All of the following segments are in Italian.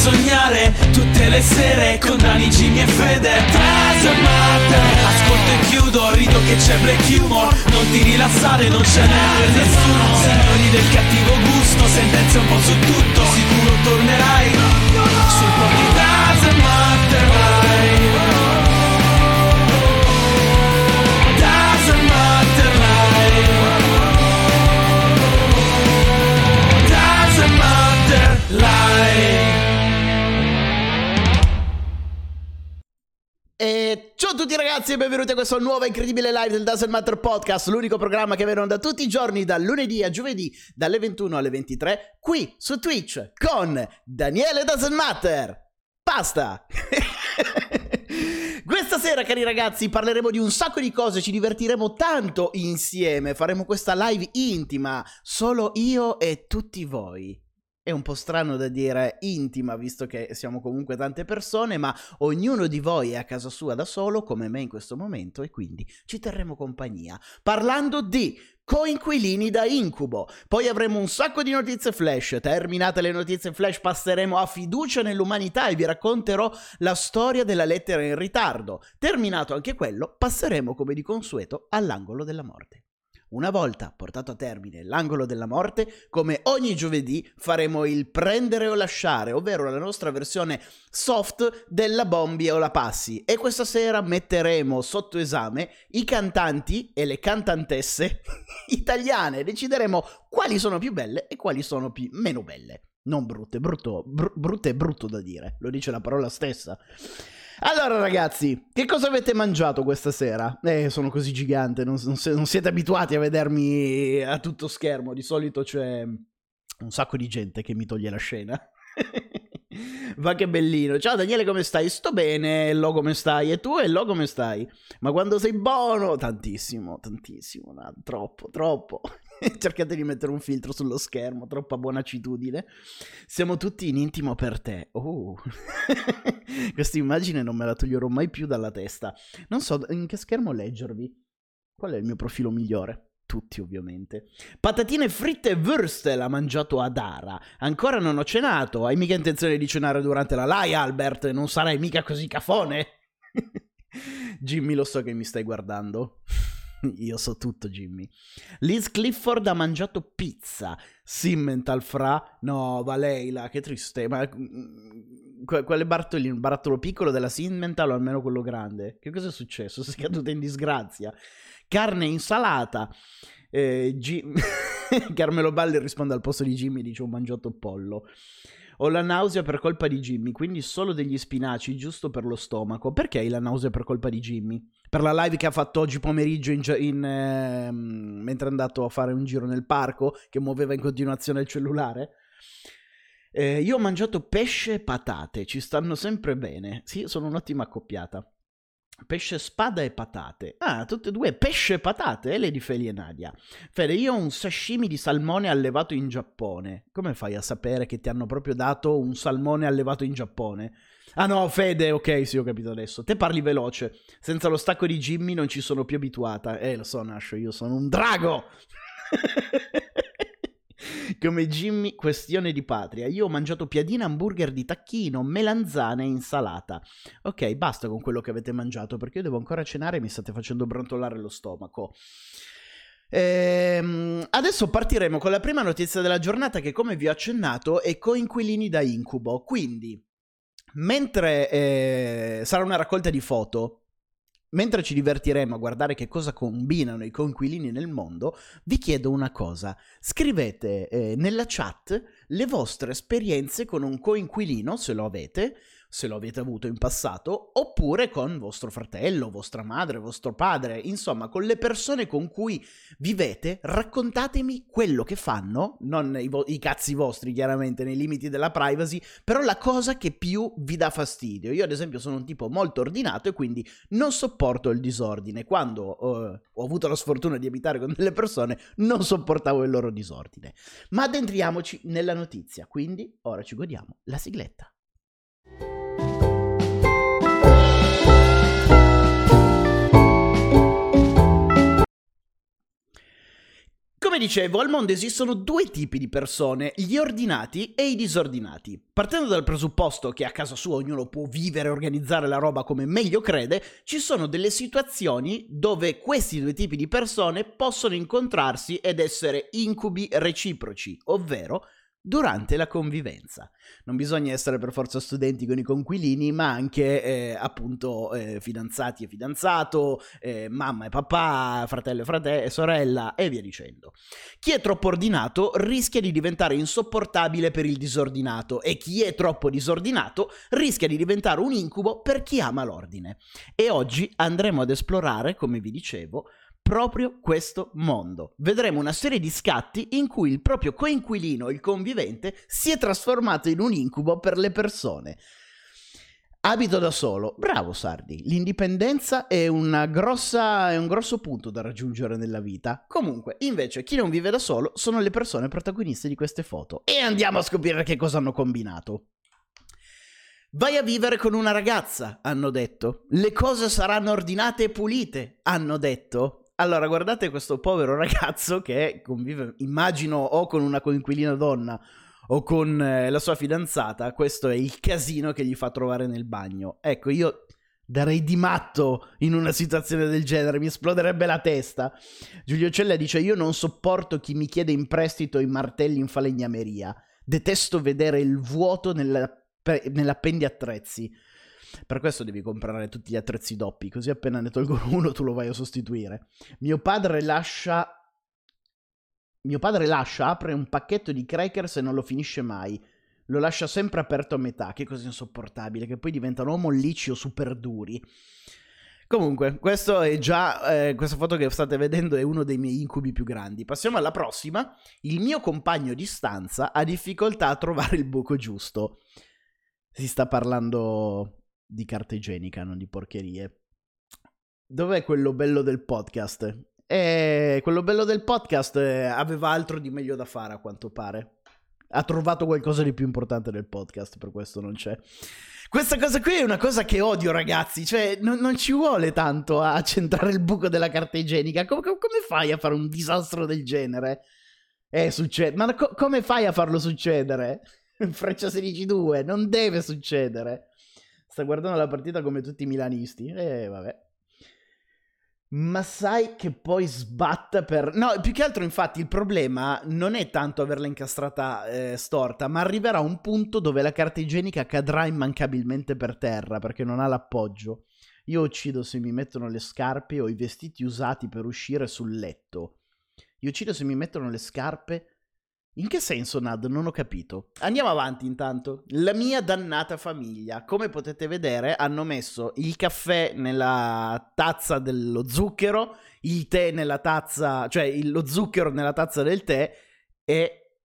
sognare tutte le sere con Dani, Jimmy e Fede. Doesn't matter. Ascolto e chiudo, rido che c'è black humor. Non ti rilassare, non ce n'è per nessuno. Signori del cattivo gusto, sentenze un po' su tutto. Sicuro tornerai sul pochi Doesn't matter live. Doesn't matter live. Doesn't matter live. E ciao a tutti ragazzi e benvenuti a questo nuovo incredibile live del Doesn't Matter Podcast, l'unico programma che viene onda tutti i giorni dal lunedì a giovedì dalle 21 alle 23 qui su Twitch con Daniele Doesn't Matter. Basta! Questa sera, cari ragazzi, parleremo di un sacco di cose, ci divertiremo tanto insieme, faremo questa live intima, solo io e tutti voi. È un po' strano da dire intima, visto che siamo comunque tante persone, ma ognuno di voi è a casa sua da solo, come me in questo momento, e quindi ci terremo compagnia, parlando di coinquilini da incubo. Poi avremo un sacco di notizie flash. Terminate le notizie flash passeremo a fiducia nell'umanità e vi racconterò la storia della lettera in ritardo. Terminato anche quello, passeremo come di consueto all'angolo della morte. Una volta portato a termine l'angolo della morte, come ogni giovedì faremo il prendere o lasciare, ovvero la nostra versione soft della bombi o la passi. E questa sera metteremo sotto esame i cantanti e le cantantesse italiane. Decideremo quali sono più belle e quali sono più meno belle. Non brutte, brutto è brutto da dire, lo dice la parola stessa. Allora ragazzi, che cosa avete mangiato questa sera? Sono così gigante, non siete abituati a vedermi a tutto schermo. Di solito c'è un sacco di gente che mi toglie la scena. Va che bellino. Ciao Daniele, come stai? Sto bene. Lo come stai? E tu? E lo come stai? Ma quando sei buono? Tantissimo, no, troppo. Cercate di mettere un filtro sullo schermo, troppa buonacitudine. Siamo tutti in intimo per te. Questa immagine non me la toglierò mai più dalla testa. Non so in che schermo leggervi. Qual è il mio profilo migliore? Tutti ovviamente. Patatine fritte e würstel ha mangiato Adara. Ancora non ho cenato. Hai mica intenzione di cenare durante la live, Albert? Non sarai mica così cafone? Jimmy, lo so che mi stai guardando. Io so tutto, Jimmy. Liz Clifford ha mangiato pizza. Simmental fra... No, Valeila, che triste. Ma quale barattolino? Il barattolo piccolo della Simmental o almeno quello grande? Che cosa è successo? Sei caduta in disgrazia. Carne e insalata. Carmelo Balli risponde al posto di Jimmy, dice ho mangiato pollo. Ho la nausea per colpa di Jimmy, quindi solo degli spinaci, giusto per lo stomaco. Perché hai la nausea per colpa di Jimmy? Per la live che ha fatto oggi pomeriggio mentre è andato a fare un giro nel parco, che muoveva in continuazione il cellulare? Io ho mangiato pesce e patate, ci stanno sempre bene. Sì, sono un'ottima accoppiata. Pesce, spada e patate. Ah, tutte e due pesce e patate, Lady Feli e Nadia. Fede, io ho un sashimi di salmone allevato in Giappone. Come fai a sapere che ti hanno proprio dato un salmone allevato in Giappone? Ah no, Fede, ok, sì, ho capito adesso. Te parli veloce. Senza lo stacco di Jimmy non ci sono più abituata. Lo so, Nascio, io sono un drago! Come Jimmy, questione di patria. Io ho mangiato piadine, hamburger di tacchino, melanzane e insalata. Ok, basta con quello che avete mangiato, perché io devo ancora cenare e mi state facendo brontolare lo stomaco. Adesso partiremo con la prima notizia della giornata, che come vi ho accennato è coinquilini da incubo. Quindi, mentre sarà una raccolta di foto, mentre ci divertiremo a guardare che cosa combinano i coinquilini nel mondo, vi chiedo una cosa. Scrivete nella chat le vostre esperienze con un coinquilino, se lo avete avuto in passato, oppure con vostro fratello, vostra madre, vostro padre, insomma con le persone con cui vivete. Raccontatemi quello che fanno, non i cazzi vostri chiaramente nei limiti della privacy, però la cosa che più vi dà fastidio. Io ad esempio sono un tipo molto ordinato e quindi non sopporto il disordine. Quando ho avuto la sfortuna di abitare con delle persone non sopportavo il loro disordine. Ma addentriamoci nella notizia, quindi ora ci godiamo la sigletta. Come dicevo, al mondo esistono due tipi di persone, gli ordinati e i disordinati. Partendo dal presupposto che a casa sua ognuno può vivere e organizzare la roba come meglio crede, ci sono delle situazioni dove questi due tipi di persone possono incontrarsi ed essere incubi reciproci, ovvero durante la convivenza. Non bisogna essere per forza studenti con i coinquilini, ma anche appunto fidanzati e fidanzato, mamma e papà, fratello e sorella e via dicendo. Chi è troppo ordinato rischia di diventare insopportabile per il disordinato e chi è troppo disordinato rischia di diventare un incubo per chi ama l'ordine. E oggi andremo ad esplorare, come vi dicevo, proprio questo mondo. Vedremo una serie di scatti in cui il proprio coinquilino, il convivente, si è trasformato in un incubo per le persone. Abito da solo. Bravo Sardi, l'indipendenza è un grosso punto da raggiungere nella vita. Comunque, invece, chi non vive da solo sono le persone protagoniste di queste foto. E andiamo a scoprire che cosa hanno combinato. Vai a vivere con una ragazza, hanno detto. Le cose saranno ordinate e pulite, hanno detto. Allora, guardate questo povero ragazzo che convive, immagino, o con una coinquilina donna o con la sua fidanzata. Questo è il casino che gli fa trovare nel bagno. Ecco, io darei di matto in una situazione del genere, mi esploderebbe la testa. Giulio Cella dice: io non sopporto chi mi chiede in prestito i martelli in falegnameria. Detesto vedere il vuoto nell'appendi attrezzi. Per questo devi comprare tutti gli attrezzi doppi, così appena ne tolgono uno tu lo vai a sostituire. Mio padre lascia, apre un pacchetto di crackers e non lo finisce mai. Lo lascia sempre aperto a metà, che cosa insopportabile, che poi diventano o mollicci o super duri. Comunque, questo è già, questa foto che state vedendo è uno dei miei incubi più grandi. Passiamo alla prossima. Il mio compagno di stanza ha difficoltà a trovare il buco giusto. Si sta parlando di carta igienica, non di porcherie. Dov'è quello bello del podcast? Quello bello del podcast aveva altro di meglio da fare, a quanto pare. Ha trovato qualcosa di più importante del podcast, per questo non c'è. Questa cosa qui è una cosa che odio, ragazzi. Cioè, non ci vuole tanto a centrare il buco della carta igienica. Come fai a fare un disastro del genere? Succede. Ma come fai a farlo succedere? Freccia 16-2, non deve succedere. Sta guardando la partita come tutti i milanisti. Vabbè. Ma sai che poi sbatta per... No, più che altro infatti il problema non è tanto averla incastrata storta, ma arriverà un punto dove la carta igienica cadrà immancabilmente per terra perché non ha l'appoggio. Io uccido se mi mettono le scarpe o i vestiti usati per uscire sul letto. Io uccido se mi mettono le scarpe... In che senso, Nad? Non ho capito. Andiamo avanti intanto. La mia dannata famiglia. Come potete vedere, hanno messo il caffè nella tazza dello zucchero, il tè nella tazza, cioè lo zucchero nella tazza del tè e...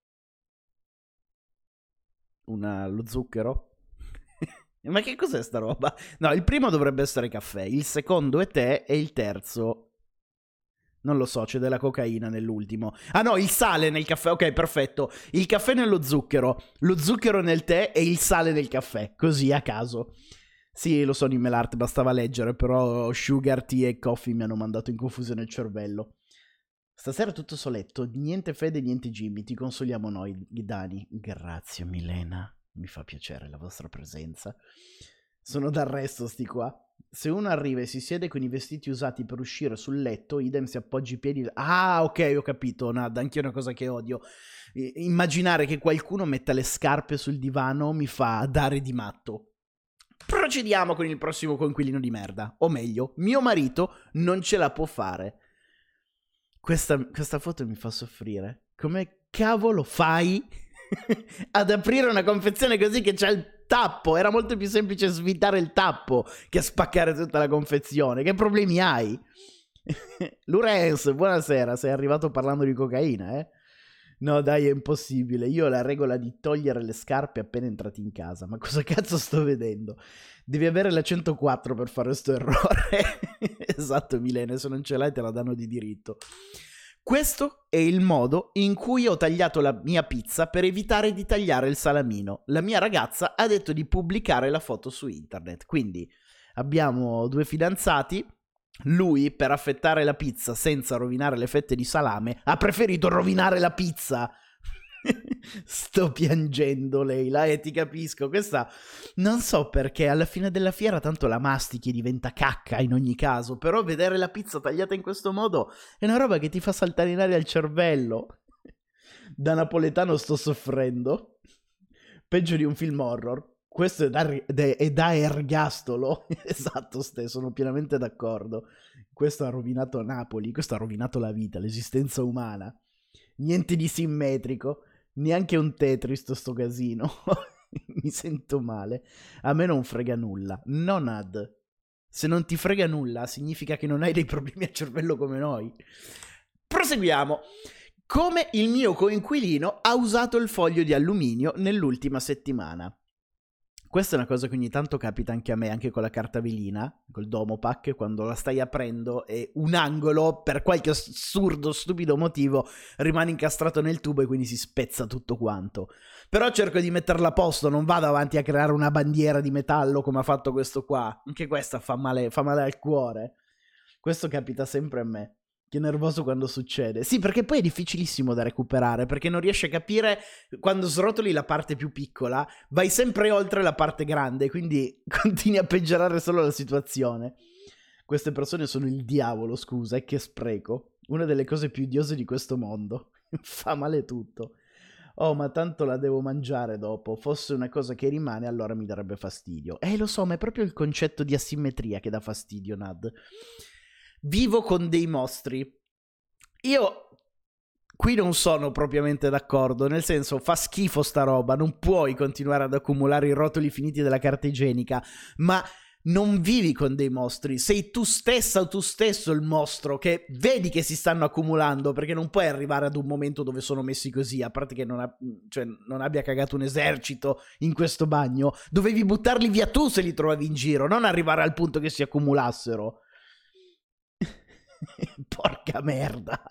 lo zucchero? Ma che cos'è sta roba? No, il primo dovrebbe essere caffè, il secondo è tè e il terzo... Non lo so, c'è della cocaina nell'ultimo. Ah no, il sale nel caffè, ok, perfetto. Il caffè nello zucchero, lo zucchero nel tè e il sale nel caffè, così a caso. Sì, lo so, di Melart, bastava leggere, però Sugar, Tea e Coffee mi hanno mandato in confusione il cervello. Stasera tutto soletto, niente Fede, niente Jimmy, ti consoliamo noi, Dani. Grazie Milena, mi fa piacere la vostra presenza. Sono d'arresto sti qua. Se uno arriva e si siede con i vestiti usati per uscire sul letto, idem si appoggi i piedi... Ah, ok, ho capito, Nad, anche una cosa che odio. Immaginare che qualcuno metta le scarpe sul divano mi fa dare di matto. Procediamo con il prossimo coinquilino di merda. O meglio, mio marito non ce la può fare. Questa foto mi fa soffrire. Come cavolo fai ad aprire una confezione così che c'è il tappo? Era molto più semplice svitare il tappo che spaccare tutta la confezione. Che problemi hai? Lorenz, buonasera, sei arrivato parlando di cocaina, eh? No dai, è impossibile, io ho la regola di togliere le scarpe appena entrati in casa. Ma cosa cazzo sto vedendo? Devi avere la 104 per fare sto errore. Esatto Milene, se non ce l'hai te la danno di diritto. Questo è il modo in cui ho tagliato la mia pizza per evitare di tagliare il salamino. La mia ragazza ha detto di pubblicare la foto su internet. Quindi abbiamo due fidanzati, Lui, per affettare la pizza senza rovinare le fette di salame, ha preferito rovinare la pizza. Sto piangendo, Leila, e ti capisco. Questa non so perché alla fine della fiera tanto la mastichi e diventa cacca in ogni caso, però vedere la pizza tagliata in questo modo è una roba che ti fa saltare in aria il cervello. Da napoletano sto soffrendo. Peggio di un film horror. Questo è da ergastolo. Esatto, sono pienamente d'accordo. Questo ha rovinato Napoli, questo ha rovinato la vita, l'esistenza umana. Niente di simmetrico, neanche un Tetris sto casino. Mi sento male. A me non frega nulla. Non ad. Se non ti frega nulla significa che non hai dei problemi al cervello come noi. Proseguiamo. Come il mio coinquilino ha usato il foglio di alluminio nell'ultima settimana. Questa è una cosa che ogni tanto capita anche a me, anche con la carta velina, col Domopac, quando la stai aprendo e un angolo, per qualche assurdo, stupido motivo, rimane incastrato nel tubo e quindi si spezza tutto quanto. Però cerco di metterla a posto, non vado avanti a creare una bandiera di metallo come ha fatto questo qua. Anche questa fa male al cuore. Questo capita sempre a me. Che nervoso quando succede. Sì, perché poi è difficilissimo da recuperare, perché non riesci a capire quando srotoli la parte più piccola, vai sempre oltre la parte grande, quindi continui a peggiorare solo la situazione. Queste persone sono il diavolo, scusa, e che spreco. Una delle cose più odiose di questo mondo. Fa male tutto. Oh, ma tanto la devo mangiare dopo. Fosse una cosa che rimane, allora mi darebbe fastidio. Lo so, ma è proprio il concetto di asimmetria che dà fastidio, Nad. Vivo con dei mostri. Io qui non sono propriamente d'accordo, nel senso, fa schifo sta roba, non puoi continuare ad accumulare i rotoli finiti della carta igienica, ma non vivi con dei mostri, sei tu stessa o tu stesso il mostro che vedi che si stanno accumulando, perché non puoi arrivare ad un momento dove sono messi così, a parte che non abbia cagato un esercito in questo bagno, dovevi buttarli via tu se li trovavi in giro, non arrivare al punto che si accumulassero. Porca merda.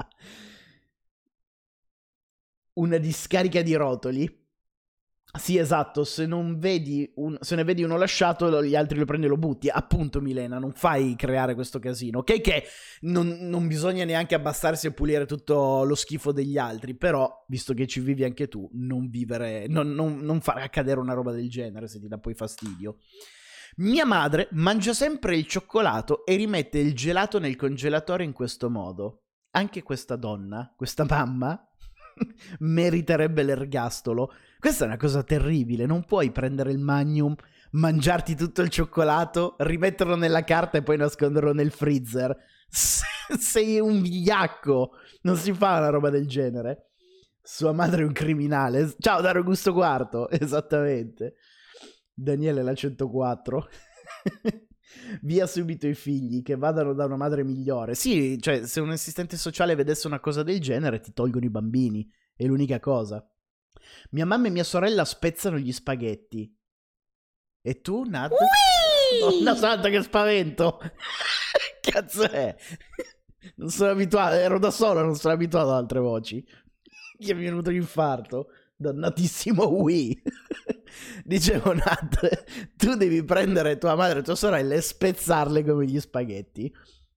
Una discarica di rotoli? Sì, esatto, se ne vedi uno lasciato, gli altri lo prendi e lo butti. Appunto, Milena, non fai creare questo casino. Ok che non bisogna neanche abbastarsi a pulire tutto lo schifo degli altri, però, visto che ci vivi anche tu, non fare accadere una roba del genere se ti dà poi fastidio. Mia madre mangia sempre il cioccolato e rimette il gelato nel congelatore in questo modo. Anche questa donna, questa mamma, meriterebbe l'ergastolo. Questa è una cosa terribile, non puoi prendere il Magnum, mangiarti tutto il cioccolato, rimetterlo nella carta e poi nasconderlo nel freezer. Sei un vigliacco, non si fa una roba del genere. Sua madre è un criminale. Ciao Dario Gusto IV, esattamente. Daniele la 104. Via subito i figli, che vadano da una madre migliore. Sì, cioè, se un assistente sociale vedesse una cosa del genere, ti tolgono i bambini. È l'unica cosa. Mia mamma e mia sorella spezzano gli spaghetti. E tu, Nat? Oh, una santa, che spavento! Cazzo è? Non sono abituato, ero da solo, non sono abituato ad altre voci. Gli è venuto l'infarto. Dannatissimo Wii. Dicevo, Nat, tu devi prendere tua madre e tua sorella e spezzarle come gli spaghetti.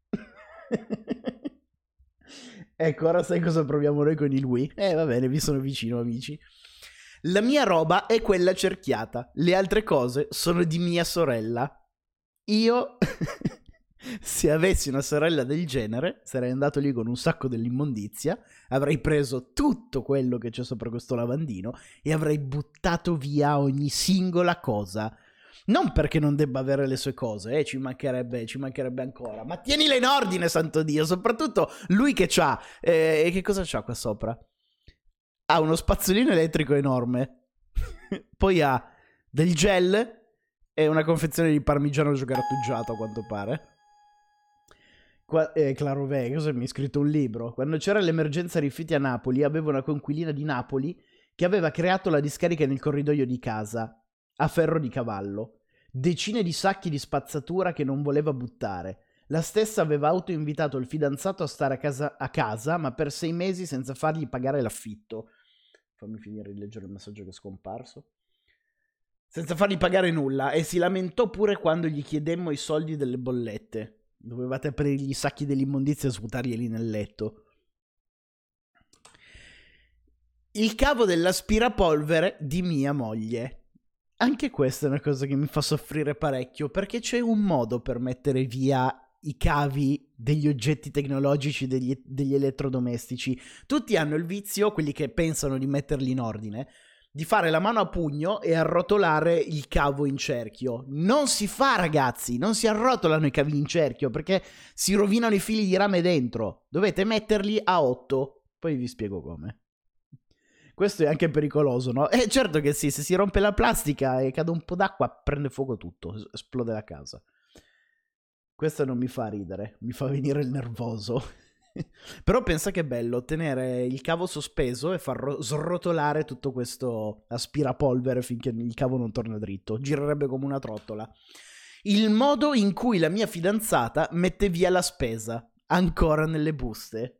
Ecco, ora sai cosa proviamo noi con il Wii? Va bene, vi sono vicino, amici. La mia roba è quella cerchiata, le altre cose sono di mia sorella. Io, se avessi una sorella del genere, sarei andato lì con un sacco dell'immondizia, avrei preso tutto quello che c'è sopra questo lavandino e avrei buttato via ogni singola cosa. Non perché non debba avere le sue cose, ci mancherebbe ancora, ma tienile in ordine, santo Dio, soprattutto lui che c'ha, e che cosa c'ha qua sopra? Ha uno spazzolino elettrico enorme, poi ha del gel e una confezione di parmigiano grattugiato, a quanto pare. Clarovè, cosa mi ha scritto un libro? Quando c'era l'emergenza rifiuti a Napoli, avevo una coinquilina di Napoli che aveva creato la discarica nel corridoio di casa, a ferro di cavallo. Decine di sacchi di spazzatura che non voleva buttare. La stessa aveva autoinvitato il fidanzato a stare a casa, ma per 6 mesi senza fargli pagare l'affitto. Fammi finire di leggere il messaggio che è scomparso. Senza fargli pagare nulla, e si lamentò pure quando gli chiedemmo i soldi delle bollette. Dovevate aprire gli sacchi dell'immondizia e sputarglieli nel letto. Il cavo dell'aspirapolvere di mia moglie. Anche questa è una cosa che mi fa soffrire parecchio, perché c'è un modo per mettere via i cavi degli oggetti tecnologici, degli elettrodomestici. Tutti hanno il vizio, quelli che pensano di metterli in ordine, di fare la mano a pugno e arrotolare il cavo in cerchio. Non si fa, ragazzi, non si arrotolano i cavi in cerchio perché si rovinano i fili di rame dentro. Dovete metterli a 8, poi vi spiego come. Questo è anche pericoloso, no? Certo che sì, se si rompe la plastica e cade un po' d'acqua prende fuoco tutto, esplode la casa. Questo non mi fa ridere, mi fa venire il nervoso. Però pensa che è bello tenere il cavo sospeso e far srotolare tutto questo aspirapolvere finché il cavo non torna dritto. Girerebbe come una trottola. Il modo in cui la mia fidanzata mette via la spesa, ancora nelle buste.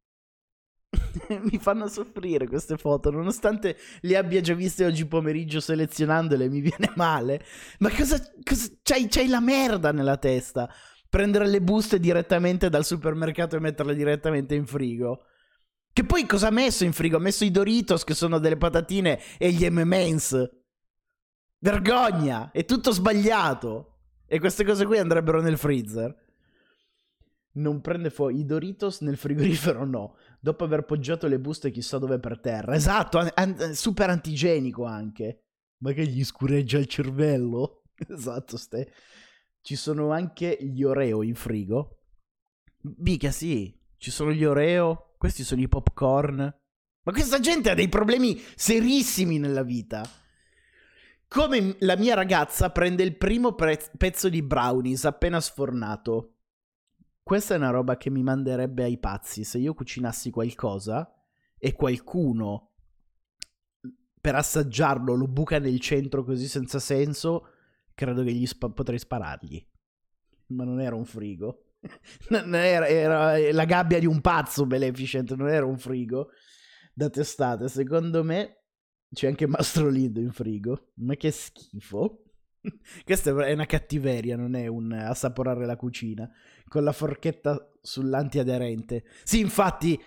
Mi fanno soffrire queste foto, nonostante le abbia già viste oggi pomeriggio selezionandole, mi viene male. Ma cosa c'hai la merda nella testa? Prendere le buste direttamente dal supermercato e metterle direttamente in frigo. Che poi cosa ha messo in frigo? Ha messo i Doritos, che sono delle patatine, e gli M&M's. Vergogna! È tutto sbagliato. E queste cose qui andrebbero nel freezer. Non prende fuoco i Doritos nel frigorifero, no. Dopo aver poggiato le buste chissà dove per terra. Esatto, super antigenico anche. Ma che gli scureggia il cervello? Esatto, Ci sono anche gli Oreo in frigo. Mica sì, ci sono gli Oreo, questi sono i popcorn. Ma questa gente ha dei problemi serissimi nella vita. Come la mia ragazza prende il primo pezzo di brownies appena sfornato. Questa è una roba che mi manderebbe ai pazzi. Se io cucinassi qualcosa e qualcuno per assaggiarlo lo buca nel centro così senza senso, credo che potrei sparargli. Ma non era un frigo. Non era la gabbia di un pazzo Maleficent, non era un frigo da testate. Secondo me c'è anche Mastro Lindo in frigo. Ma che schifo. Questa è una cattiveria, non è un assaporare la cucina. Con la forchetta sull'antiaderente. Sì, infatti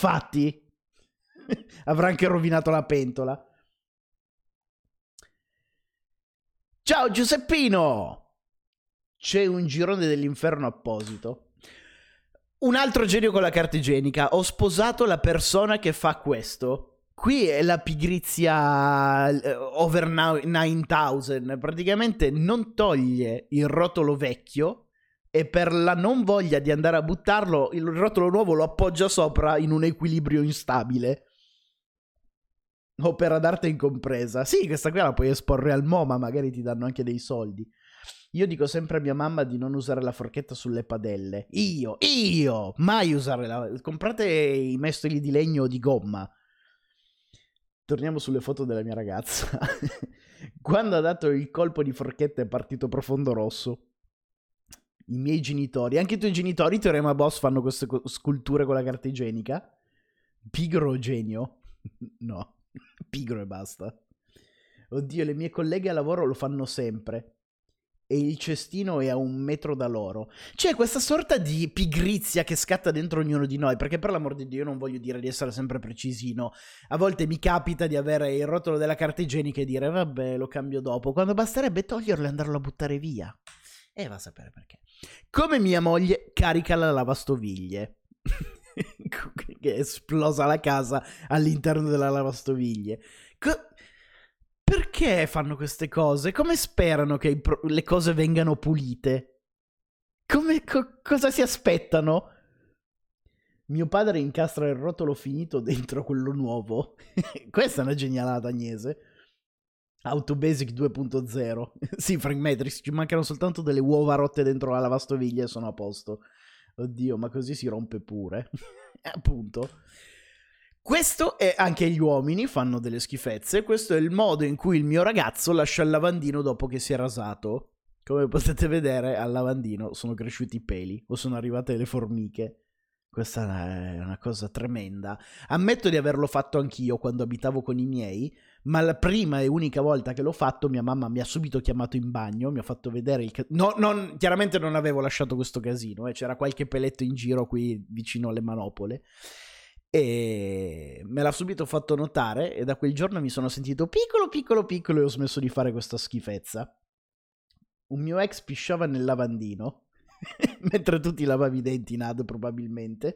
avrà anche rovinato la pentola. Ciao Giuseppino! C'è un girone dell'inferno apposito. Un altro genio con la carta igienica. Ho sposato la persona che fa questo. Qui è la pigrizia over 9000. Praticamente non toglie il rotolo vecchio e per la non voglia di andare a buttarlo, il rotolo nuovo lo appoggia sopra in un equilibrio instabile. Opera d'arte incompresa. Sì, questa qui la puoi esporre al MoMA, magari ti danno anche dei soldi. Io dico sempre a mia mamma di non usare la forchetta sulle padelle. Io, mai usare comprate i mestoli di legno o di gomma. Torniamo sulle foto della mia ragazza. Quando ha dato il colpo di forchetta è partito profondo rosso. I miei genitori, anche i tuoi genitori, Teorema Boss, fanno queste sculture con la carta igienica? Pigro o genio? No, pigro e basta. Oddio, le mie colleghe a lavoro lo fanno sempre. E il cestino è a 1 metro da loro. C'è questa sorta di pigrizia che scatta dentro ognuno di noi, perché per l'amor di Dio io non voglio dire di essere sempre precisino. A volte mi capita di avere il rotolo della carta igienica e dire vabbè, lo cambio dopo, quando basterebbe toglierlo e andarlo a buttare via. E va a sapere perché. Come mia moglie carica la lavastoviglie. Che è esplosa la casa all'interno della lavastoviglie. Perché fanno queste cose? Come sperano che le cose vengano pulite? Cosa si aspettano? Mio padre incastra il rotolo finito dentro quello nuovo. Questa è una genialata, Agnese. Autobasic 2.0. Sì, Frank Matrix, ci mancano soltanto delle uova rotte dentro la lavastoviglie e sono a posto. Oddio, ma così si rompe pure. Appunto. Questo è anche gli uomini fanno delle schifezze. Questo è il modo in cui il mio ragazzo lascia il lavandino dopo che si è rasato. Come potete vedere, al lavandino sono cresciuti i peli o sono arrivate le formiche. Questa è una cosa tremenda. Ammetto di averlo fatto anch'io quando abitavo con i miei, ma la prima e unica volta che l'ho fatto mia mamma mi ha subito chiamato in bagno, mi ha fatto vedere chiaramente non avevo lasciato questo casino, c'era qualche peletto in giro qui vicino alle manopole e me l'ha subito fatto notare e da quel giorno mi sono sentito piccolo e ho smesso di fare questa schifezza. Un mio ex pisciava nel lavandino mentre tu ti lavavi i denti, Nad, probabilmente.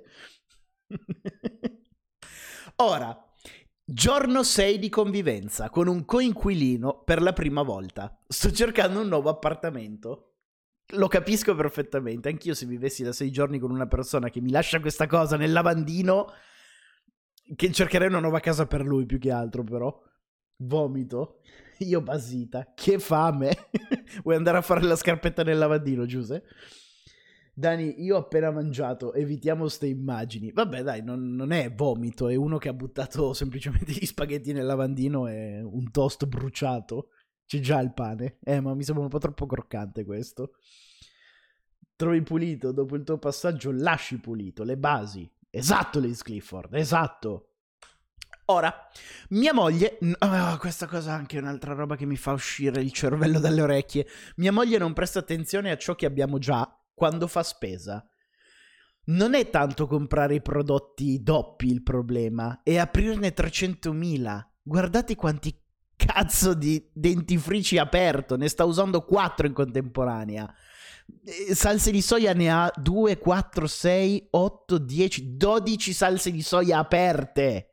Ora, giorno 6 di convivenza con un coinquilino per la prima volta. Sto cercando un nuovo appartamento. Lo capisco perfettamente. Anch'io se vivessi da 6 giorni con una persona che mi lascia questa cosa nel lavandino, che cercherei una nuova casa per lui più che altro, però. Vomito. Io basita. Che fame. Vuoi andare a fare la scarpetta nel lavandino, Giuseppe? Dani, io ho appena mangiato, evitiamo ste immagini. Vabbè dai, non è vomito, è uno che ha buttato semplicemente gli spaghetti nel lavandino e un toast bruciato. C'è già il pane. Ma mi sembra un po' troppo croccante questo. Trovi pulito, dopo il tuo passaggio lasci pulito, le basi. Esatto, Liz Clifford, esatto. Ora, mia moglie... questa cosa è anche un'altra roba che mi fa uscire il cervello dalle orecchie. Mia moglie non presta attenzione a ciò che abbiamo già quando fa spesa. Non è tanto comprare i prodotti doppi il problema, è aprirne 300.000. Guardate quanti cazzo di dentifrici ha aperto, ne sta usando 4 in contemporanea. Salse di soia ne ha 2, 4, 6, 8, 10, 12 salse di soia aperte.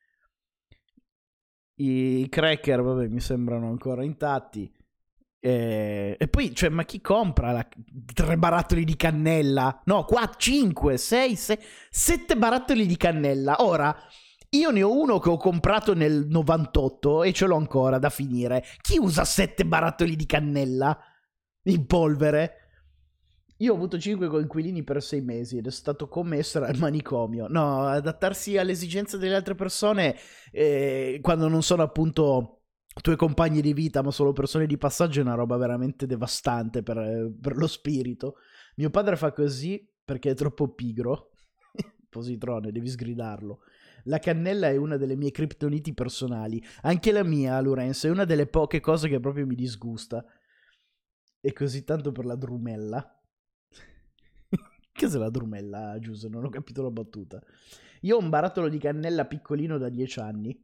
I cracker, vabbè, mi sembrano ancora intatti. E poi, cioè, ma chi compra 3 barattoli di cannella? No, 4, 5, 6, 7 barattoli di cannella. Ora, io ne ho uno che ho comprato nel 98 e ce l'ho ancora da finire. Chi usa 7 barattoli di cannella in polvere? Io ho avuto 5 coinquilini per 6 mesi ed è stato come essere al manicomio. No, adattarsi alle esigenze delle altre persone quando non sono appunto tuoi compagni di vita ma solo persone di passaggio è una roba veramente devastante per lo spirito. Mio padre fa così perché è troppo pigro. Positrone, devi sgridarlo. La cannella è una delle mie criptoniti personali. Anche la mia, Lorenzo, è una delle poche cose che proprio mi disgusta. E così tanto per la drumella. Che se la drumella, Giuseppe? Non ho capito la battuta. Io ho un barattolo di cannella piccolino da 10 anni.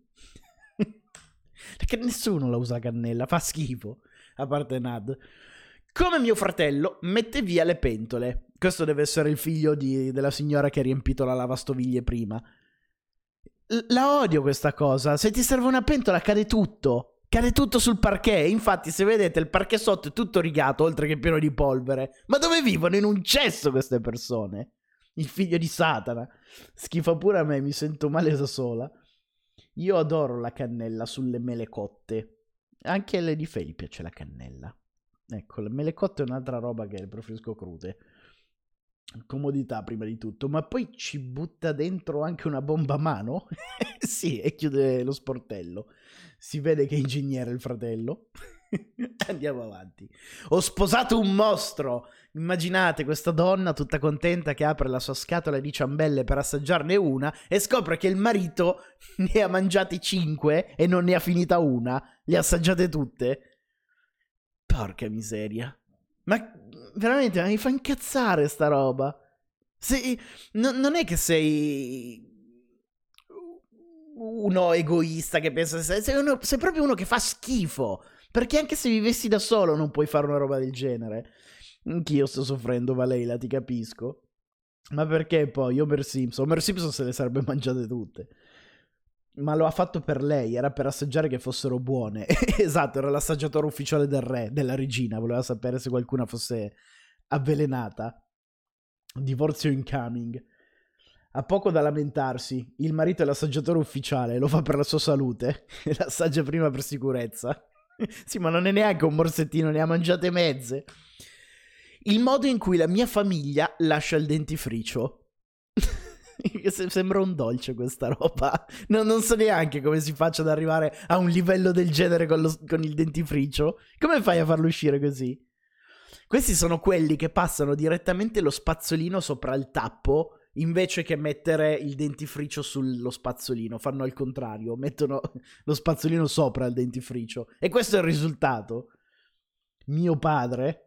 Perché nessuno la usa la cannella, fa schifo. A parte Nad. Come mio fratello, mette via le pentole. Questo deve essere il figlio della signora che ha riempito la lavastoviglie prima. La odio questa cosa. Se ti serve una pentola cade tutto. Cade tutto sul parquet. Infatti, se vedete, il parquet sotto è tutto rigato, oltre che pieno di polvere. Ma dove vivono? In un cesso queste persone? Il figlio di Satana. Schifa pure a me, mi sento male da sola. Io adoro la cannella sulle mele cotte. Anche a Lady Faye piace la cannella. Ecco, le mele cotte è un'altra roba che preferisco crude. Comodità prima di tutto. Ma poi ci butta dentro anche una bomba a mano? Sì, e chiude lo sportello. Si vede che è ingegnere il fratello. Andiamo avanti. Ho sposato un mostro. Immaginate questa donna tutta contenta che apre la sua scatola di ciambelle per assaggiarne una e scopre che il marito ne ha mangiati 5 e non ne ha finita una. Le ha assaggiate tutte. Porca miseria. Ma veramente mi fa incazzare sta roba. Non è che sei uno egoista che pensa sei proprio uno che fa schifo. Perché anche se vivessi da solo non puoi fare una roba del genere. Anch'io sto soffrendo, Valeila, ti capisco. Ma perché poi Homer Simpson se le sarebbe mangiate tutte. Ma lo ha fatto per lei, era per assaggiare che fossero buone. Esatto, era l'assaggiatore ufficiale del re, della regina. Voleva sapere se qualcuna fosse avvelenata. Divorzio incoming. Ha poco da lamentarsi. Il marito è l'assaggiatore ufficiale, lo fa per la sua salute. E l'assaggia prima per sicurezza. Sì, ma non è neanche un morsettino, ne ha mangiate mezze. Il modo in cui la mia famiglia lascia il dentifricio. Sembra un dolce questa roba. Non so neanche come si faccia ad arrivare a un livello del genere con il dentifricio. Come fai a farlo uscire così? Questi sono quelli che passano direttamente lo spazzolino sopra il tappo invece che mettere il dentifricio sullo spazzolino. Fanno al contrario, mettono lo spazzolino sopra il dentifricio. E questo è il risultato. Mio padre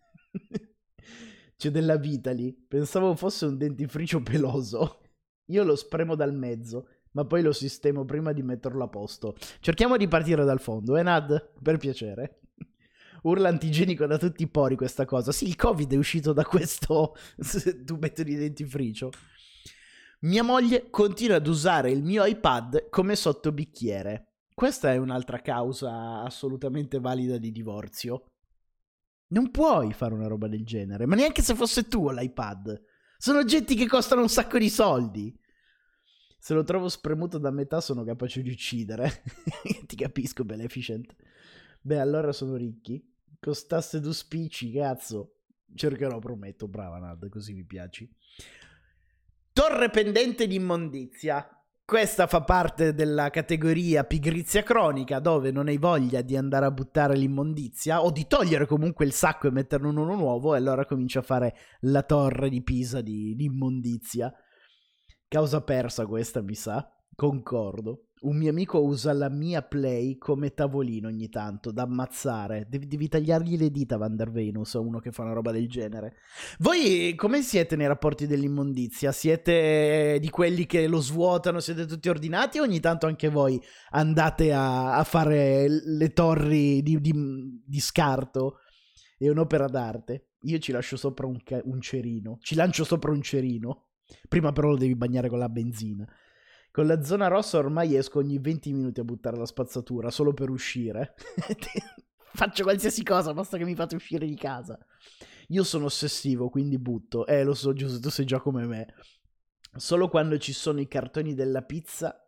c'è della Vitali, pensavo fosse un dentifricio peloso. Io lo spremo dal mezzo, ma poi lo sistemo prima di metterlo a posto. Cerchiamo di partire dal fondo, Nad? Per piacere. Urla antigenico da tutti i pori questa cosa. Sì, il Covid è uscito da questo tubetto di dentifricio. Mia moglie continua ad usare il mio iPad come sottobicchiere. Questa è un'altra causa assolutamente valida di divorzio. Non puoi fare una roba del genere, ma neanche se fosse tuo l'iPad. Sono oggetti che costano un sacco di soldi. Se lo trovo spremuto da metà sono capace di uccidere. Ti capisco, Beneficent. Beh, allora sono ricchi. Costasse 2 spicci, cazzo. Cercherò, prometto. Brava, Nad, così mi piaci. Torre pendente di immondizia. Questa fa parte della categoria pigrizia cronica, dove non hai voglia di andare a buttare l'immondizia o di togliere comunque il sacco e metterne uno nuovo, e allora comincia a fare la torre di Pisa di immondizia. Causa persa questa, mi sa. Concordo. Un mio amico usa la mia Play come tavolino ogni tanto, da ammazzare. Devi tagliargli le dita, Van der Venus, a uno che fa una roba del genere. Voi come siete nei rapporti dell'immondizia? Siete di quelli che lo svuotano, siete tutti ordinati, o ogni tanto anche voi andate a fare le torri di scarto? È un'opera d'arte. Io ci lascio sopra un cerino. Ci lancio sopra un cerino. Prima però lo devi bagnare con la benzina. Con la zona rossa ormai esco ogni 20 minuti a buttare la spazzatura solo per uscire. Faccio qualsiasi cosa, basta che mi fate uscire di casa. Io sono ossessivo, quindi butto. Lo so, Giuseppe, tu sei già come me. Solo quando ci sono i cartoni della pizza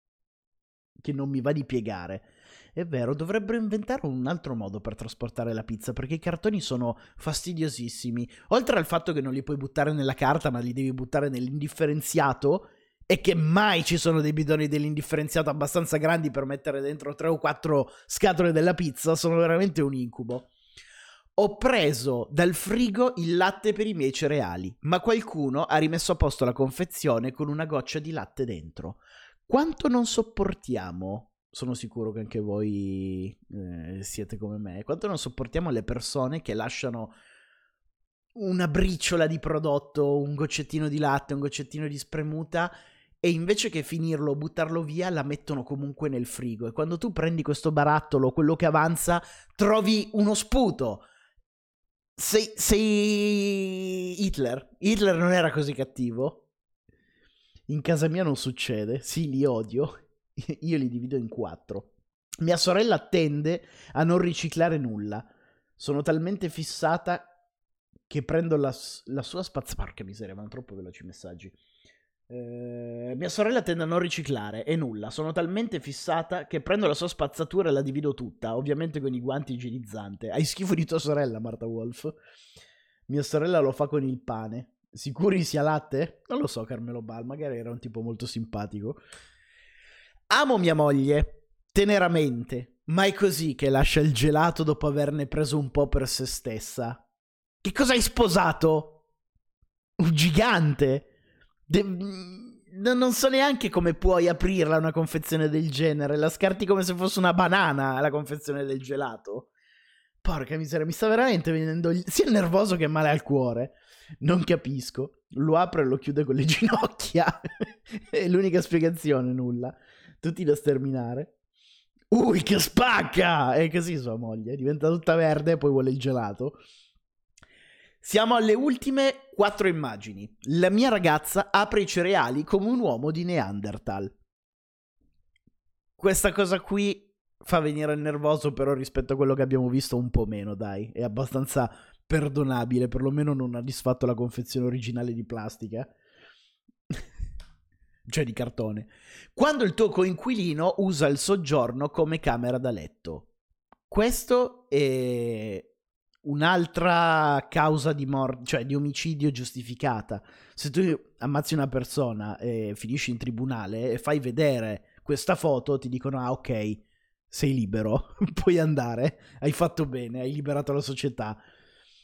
che non mi va di piegare. È vero, dovrebbero inventare un altro modo per trasportare la pizza, perché i cartoni sono fastidiosissimi. Oltre al fatto che non li puoi buttare nella carta, ma li devi buttare nell'indifferenziato, e che mai ci sono dei bidoni dell'indifferenziato abbastanza grandi per mettere dentro 3 o 4 scatole della pizza, sono veramente un incubo. Ho preso dal frigo il latte per i miei cereali, ma qualcuno ha rimesso a posto la confezione con una goccia di latte dentro. Quanto non sopportiamo, sono sicuro che anche voi siete come me, quanto non sopportiamo le persone che lasciano una briciola di prodotto, un goccettino di latte, un goccettino di spremuta, e invece che finirlo o buttarlo via la mettono comunque nel frigo, e quando tu prendi questo barattolo, quello che avanza, trovi uno sputo. Sei Hitler. Hitler non era così cattivo. In casa mia non succede. Sì, li odio. Io li divido in 4. Mia sorella tende a non riciclare nulla. Sono talmente fissata che prendo la sua spazzatura. Porca miseria, vanno troppo veloci i messaggi. Mia sorella tende a non riciclare e nulla. Sono talmente fissata che prendo la sua spazzatura e la divido tutta, ovviamente con i guanti igienizzanti. Hai schifo di tua sorella, Marta Wolf. Mia sorella lo fa con il pane. Sicuri sia latte? Non lo so, Carmelo Bal, magari era un tipo molto simpatico. Amo mia moglie teneramente, ma è così che lascia il gelato dopo averne preso un po' per se stessa. Che cosa hai sposato? Un gigante? Non so neanche come puoi aprirla una confezione del genere. La scarti come se fosse una banana, la confezione del gelato. Porca miseria, mi sta veramente venendo sia nervoso che male al cuore. Non capisco. Lo apre e lo chiude con le ginocchia. È l'unica spiegazione, nulla. Tutti da sterminare. Che spacca! È così sua moglie, diventa tutta verde e poi vuole il gelato. Siamo alle ultime 4 immagini. La mia ragazza apre i cereali come un uomo di Neanderthal. Questa cosa qui fa venire nervoso, però rispetto a quello che abbiamo visto un po' meno, dai. È abbastanza perdonabile, perlomeno non ha disfatto la confezione originale di plastica. Cioè di cartone. Quando il tuo coinquilino usa il soggiorno come camera da letto. Questo è un'altra causa di morte, cioè di omicidio giustificata. Se tu ammazzi una persona e finisci in tribunale e fai vedere questa foto, ti dicono ok, sei libero, puoi andare, hai fatto bene, hai liberato la società.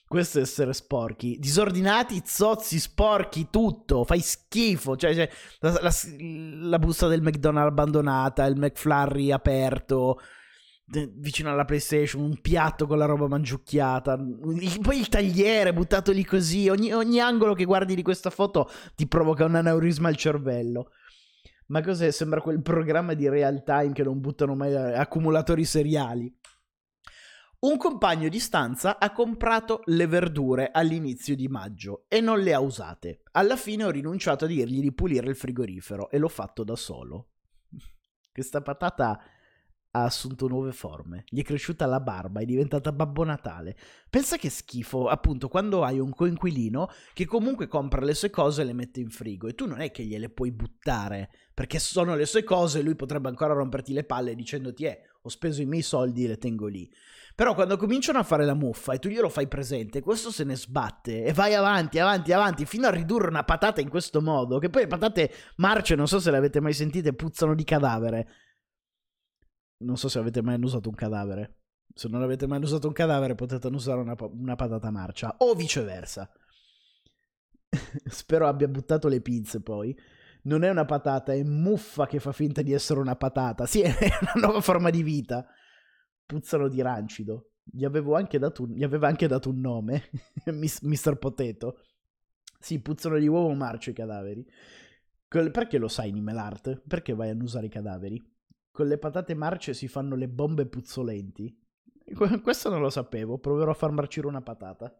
Questo è essere sporchi, disordinati, zozzi, sporchi, tutto, fai schifo, cioè la busta del McDonald's abbandonata, il McFlurry aperto vicino alla PlayStation, un piatto con la roba mangiucchiata, poi il tagliere buttato lì così, ogni angolo che guardi di questa foto ti provoca un aneurisma al cervello. Ma cos'è? Sembra quel programma di real time che non buttano mai accumulatori seriali. Un compagno di stanza ha comprato le verdure all'inizio di maggio e non le ha usate. Alla fine ho rinunciato a dirgli di pulire il frigorifero e l'ho fatto da solo. Questa patata ha assunto nuove forme, gli è cresciuta la barba, è diventata Babbo Natale. Pensa che schifo, appunto, quando hai un coinquilino che comunque compra le sue cose e le mette in frigo e tu non è che gliele puoi buttare, perché sono le sue cose e lui potrebbe ancora romperti le palle dicendoti ho speso i miei soldi e le tengo lì. Però quando cominciano a fare la muffa e tu glielo fai presente, questo se ne sbatte e vai avanti fino a ridurre una patata in questo modo, che poi le patate marce, non so se le avete mai sentite, puzzano di cadavere. Non so se avete mai annusato un cadavere. Se non avete mai annusato un cadavere potete annusare una patata marcia. O viceversa. Spero abbia buttato le pinze poi. Non è una patata, è muffa che fa finta di essere una patata. Sì, è una nuova forma di vita. Puzzano di rancido. Gli aveva anche dato un nome. Mr. Potato. Sì, puzzano di uovo marcio i cadaveri. Perché lo sai, Nimelart? Perché vai a annusare i cadaveri? Con le patate marce si fanno le bombe puzzolenti. Questo non lo sapevo, proverò a far marcire una patata.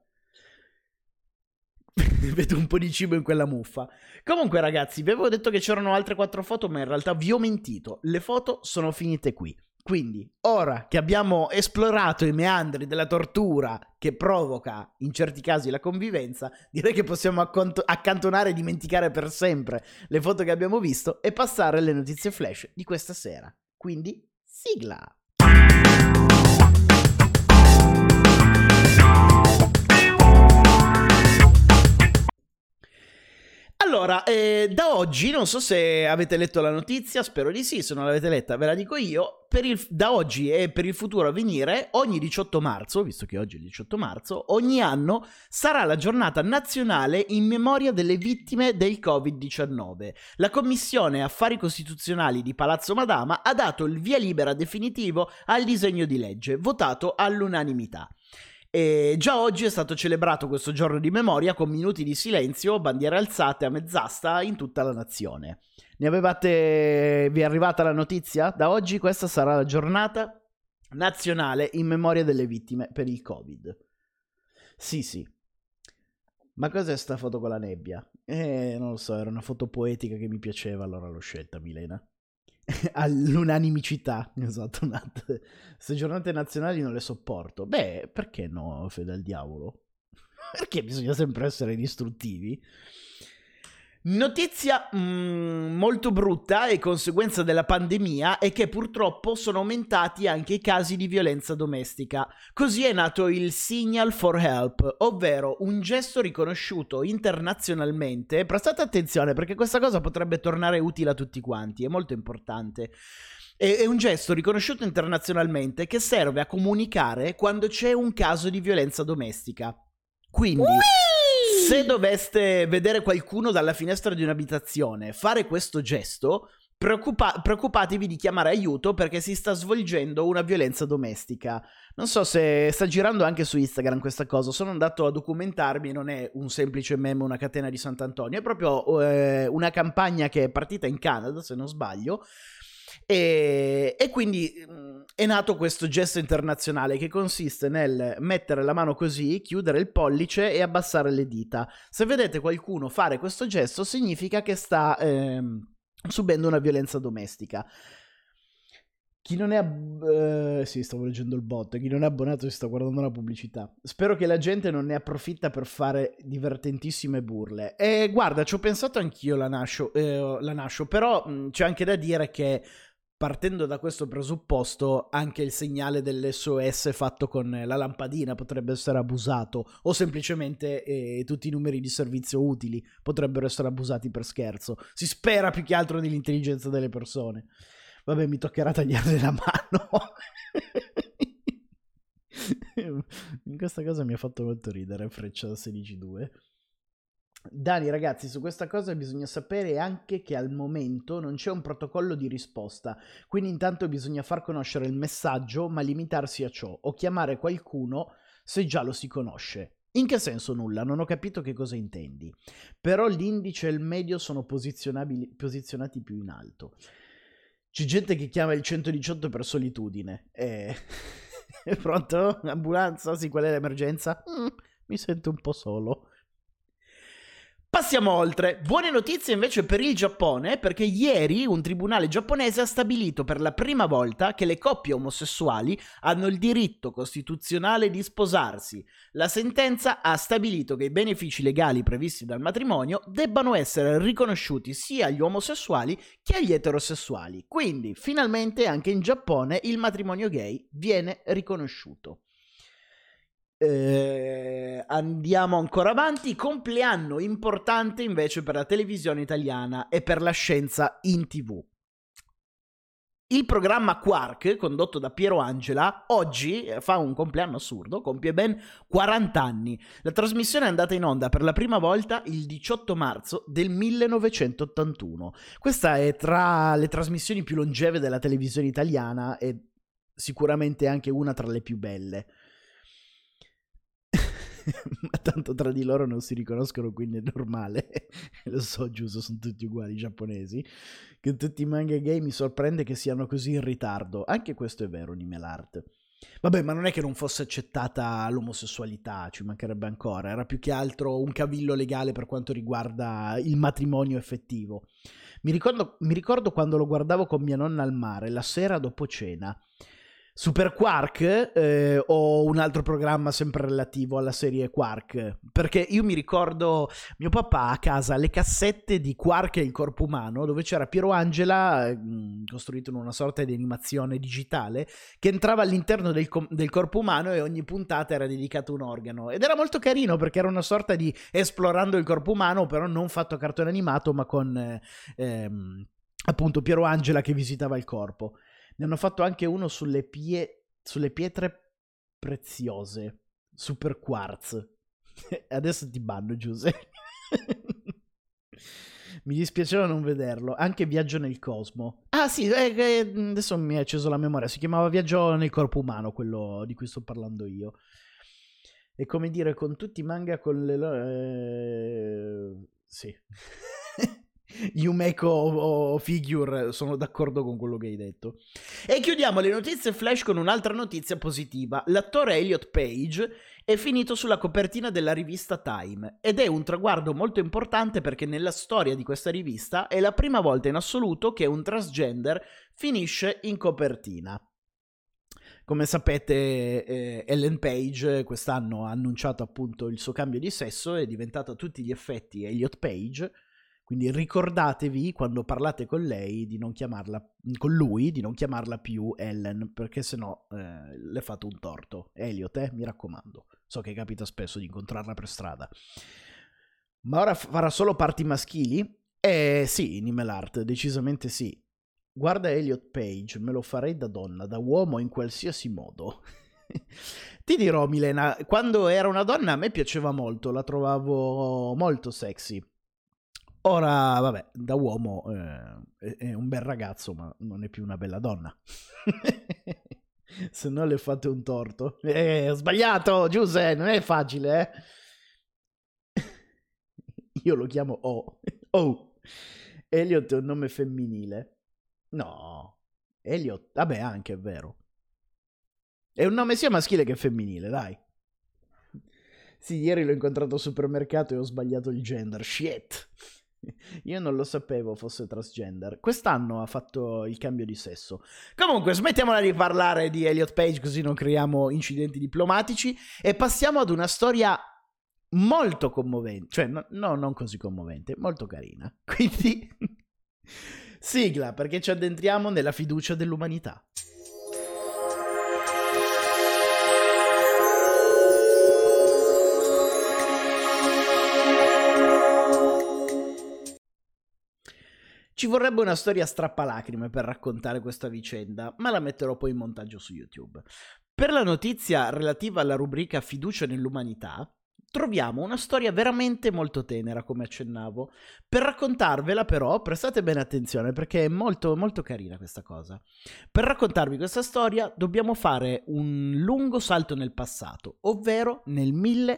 Vedo un po' di cibo in quella muffa. Comunque ragazzi, vi avevo detto che c'erano altre 4 foto, ma in realtà vi ho mentito. Le foto sono finite qui. Quindi, ora che abbiamo esplorato i meandri della tortura che provoca in certi casi la convivenza, direi che possiamo accantonare e dimenticare per sempre le foto che abbiamo visto e passare alle notizie flash di questa sera. Quindi, sigla! Allora, da oggi, non so se avete letto la notizia, spero di sì, se non l'avete letta ve la dico io, da oggi e per il futuro a venire, ogni 18 marzo, visto che oggi è il 18 marzo, ogni anno sarà la giornata nazionale in memoria delle vittime del Covid-19. La Commissione Affari Costituzionali di Palazzo Madama ha dato il via libera definitivo al disegno di legge, votato all'unanimità. E già oggi è stato celebrato questo giorno di memoria con minuti di silenzio, bandiere alzate a mezz'asta in tutta la nazione. Vi è arrivata la notizia? Da oggi questa sarà la giornata nazionale in memoria delle vittime per il Covid. Sì. Ma cos'è sta foto con la nebbia? Non lo so, era una foto poetica che mi piaceva, allora l'ho scelta, Milena. All'unanimicità, esatto. Queste giornate nazionali non le sopporto. Beh, perché no, fede al diavolo? Perché bisogna sempre essere distruttivi? Notizia molto brutta e conseguenza della pandemia è che purtroppo sono aumentati anche i casi di violenza domestica. Così è nato il Signal for Help, ovvero un gesto riconosciuto internazionalmente. Prestate attenzione perché questa cosa potrebbe tornare utile a tutti quanti, è molto importante. È un gesto riconosciuto internazionalmente che serve a comunicare quando c'è un caso di violenza domestica. Quindi, se doveste vedere qualcuno dalla finestra di un'abitazione fare questo gesto, preoccupatevi di chiamare aiuto perché si sta svolgendo una violenza domestica. Non so se sta girando anche su Instagram questa cosa, sono andato a documentarmi, non è un semplice meme, una catena di Sant'Antonio, è proprio una campagna che è partita in Canada, se non sbaglio. E quindi è nato questo gesto internazionale che consiste nel mettere la mano così, chiudere il pollice e abbassare le dita. Se vedete qualcuno fare questo gesto significa che sta subendo una violenza domestica. Chi non è sì, stavo leggendo il bot. Chi non è abbonato si sta guardando la pubblicità. Spero che la gente non ne approfitta per fare divertentissime burle. E guarda, ci ho pensato anch'io la nascio, però c'è anche da dire che partendo da questo presupposto, anche il segnale dell'SOS fatto con la lampadina potrebbe essere abusato, o semplicemente tutti i numeri di servizio utili potrebbero essere abusati per scherzo. Si spera più che altro nell'intelligenza delle persone. Vabbè, mi toccherà tagliarle la mano. Questa cosa mi ha fatto molto ridere, Freccia 16-2. Dani, ragazzi, su questa cosa bisogna sapere anche che al momento non c'è un protocollo di risposta, quindi intanto bisogna far conoscere il messaggio, ma limitarsi a ciò, o chiamare qualcuno se già lo si conosce. In che senso nulla? Non ho capito che cosa intendi. Però l'indice e il medio sono posizionati più in alto. C'è gente che chiama il 118 per solitudine. Pronto? Ambulanza? Sì, qual è l'emergenza? Mi sento un po' solo. Passiamo oltre. Buone notizie invece per il Giappone, perché ieri un tribunale giapponese ha stabilito per la prima volta che le coppie omosessuali hanno il diritto costituzionale di sposarsi. La sentenza ha stabilito che i benefici legali previsti dal matrimonio debbano essere riconosciuti sia agli omosessuali che agli eterosessuali. Quindi, finalmente anche in Giappone il matrimonio gay viene riconosciuto. Andiamo ancora avanti. Compleanno importante invece per la televisione italiana e per la scienza in TV. Il programma Quark, condotto da Piero Angela, oggi fa un compleanno assurdo, compie ben 40 anni. La trasmissione è andata in onda per la prima volta il 18 marzo del 1981. Questa è tra le trasmissioni più longeve della televisione italiana e sicuramente anche una tra le più belle. Ma tanto tra di loro non si riconoscono, quindi è normale. Lo so, giusto, sono tutti uguali i giapponesi. Che tutti i manga gay mi sorprende che siano così in ritardo. Anche questo è vero, Nimelart. Vabbè, ma non è che non fosse accettata l'omosessualità, ci mancherebbe ancora. Era più che altro un cavillo legale per quanto riguarda il matrimonio effettivo. Mi ricordo quando lo guardavo con mia nonna al mare, la sera dopo cena. Super Quark o un altro programma sempre relativo alla serie Quark? Perché io mi ricordo mio papà a casa le cassette di Quark e il corpo umano, dove c'era Piero Angela costruito in una sorta di animazione digitale che entrava all'interno del corpo umano e ogni puntata era dedicata a un organo, ed era molto carino perché era una sorta di Esplorando il corpo umano, però non fatto a cartone animato, ma con appunto Piero Angela che visitava il corpo. Ne hanno fatto anche uno sulle pietre preziose, Super Quartz. Adesso ti banno, Giuseppe. Mi dispiaceva non vederlo. Anche Viaggio nel Cosmo. Ah sì, adesso mi è acceso la memoria. Si chiamava Viaggio nel corpo umano, quello di cui sto parlando io. È come dire, con tutti i manga con le... sì. Yumeko o Figure, sono d'accordo con quello che hai detto. E chiudiamo le notizie flash con un'altra notizia positiva. L'attore Elliot Page è finito sulla copertina della rivista Time ed è un traguardo molto importante perché nella storia di questa rivista è la prima volta in assoluto che un transgender finisce in copertina. Come sapete, Ellen Page quest'anno ha annunciato appunto il suo cambio di sesso, è diventato a tutti gli effetti Elliot Page. Quindi ricordatevi quando parlate con lei di non chiamarla, con lui, di non chiamarla più Ellen, perché sennò le fate un torto. Elliot, mi raccomando. So che capita spesso di incontrarla per strada. Ma ora farà solo parti maschili? Sì, Nimelart, decisamente sì. Guarda Elliot Page, me lo farei da donna, da uomo in qualsiasi modo. Ti dirò, Milena, quando era una donna a me piaceva molto, la trovavo molto sexy. Ora, vabbè, da uomo è un bel ragazzo, ma non è più una bella donna. Se no le fate un torto. Ho sbagliato, Giuseppe, non è facile, Io lo chiamo O. Oh. Elliot è un nome femminile. No. Elliot, vabbè, anche è vero. È un nome sia maschile che femminile, dai. Sì, ieri l'ho incontrato al supermercato e ho sbagliato il gender. Shit. Io non lo sapevo fosse transgender. Quest'anno ha fatto il cambio di sesso. Comunque smettiamola di parlare di Elliot Page, così non creiamo incidenti diplomatici, e passiamo ad una storia molto commovente. Cioè no, non così commovente, molto carina. Quindi sigla, perché ci addentriamo nella fiducia dell'umanità. Ci vorrebbe una storia strappalacrime per raccontare questa vicenda, ma la metterò poi in montaggio su YouTube. Per la notizia relativa alla rubrica Fiducia nell'umanità, troviamo una storia veramente molto tenera, come accennavo. Per raccontarvela però, prestate bene attenzione perché è molto molto carina questa cosa. Per raccontarvi questa storia dobbiamo fare un lungo salto nel passato, ovvero nel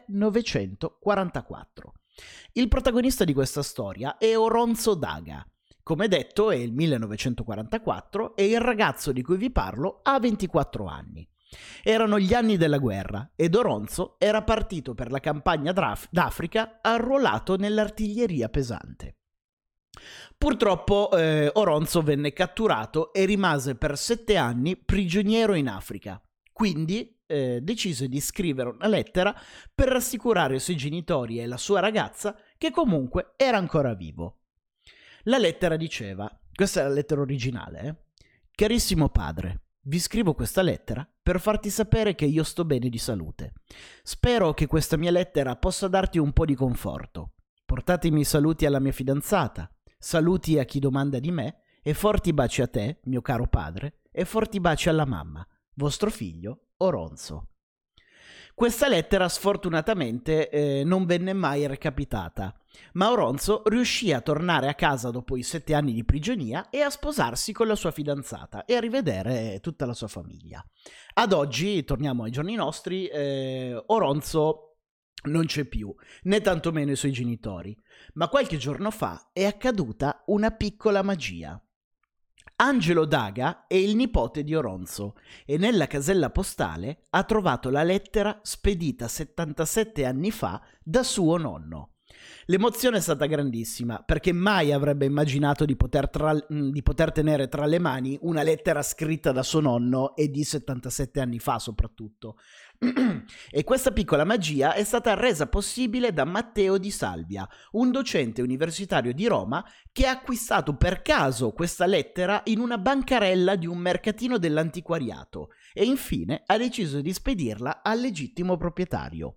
1944. Il protagonista di questa storia è Oronzo Daga. Come detto, è il 1944 e il ragazzo di cui vi parlo ha 24 anni. Erano gli anni della guerra ed Oronzo era partito per la campagna d'Africa arruolato nell'artiglieria pesante. Purtroppo Oronzo venne catturato e rimase per 7 anni prigioniero in Africa. Quindi decise di scrivere una lettera per rassicurare i suoi genitori e la sua ragazza che comunque era ancora vivo. La lettera diceva, questa è la lettera originale, Carissimo padre, vi scrivo questa lettera per farti sapere che io sto bene di salute. Spero che questa mia lettera possa darti un po' di conforto. Portatemi i saluti alla mia fidanzata, saluti a chi domanda di me e forti baci a te, mio caro padre, e forti baci alla mamma, vostro figlio Oronzo. Questa lettera sfortunatamente non venne mai recapitata, ma Oronzo riuscì a tornare a casa dopo i 7 anni di prigionia e a sposarsi con la sua fidanzata e a rivedere tutta la sua famiglia. Ad oggi, torniamo ai giorni nostri, Oronzo non c'è più, né tantomeno i suoi genitori, ma qualche giorno fa è accaduta una piccola magia. Angelo Daga è il nipote di Oronzo e nella casella postale ha trovato la lettera spedita 77 anni fa da suo nonno. L'emozione è stata grandissima perché mai avrebbe immaginato di poter tenere tra le mani una lettera scritta da suo nonno e di 77 anni fa soprattutto. E questa piccola magia è stata resa possibile da Matteo Di Salvia, un docente universitario di Roma che ha acquistato per caso questa lettera in una bancarella di un mercatino dell'antiquariato e infine ha deciso di spedirla al legittimo proprietario.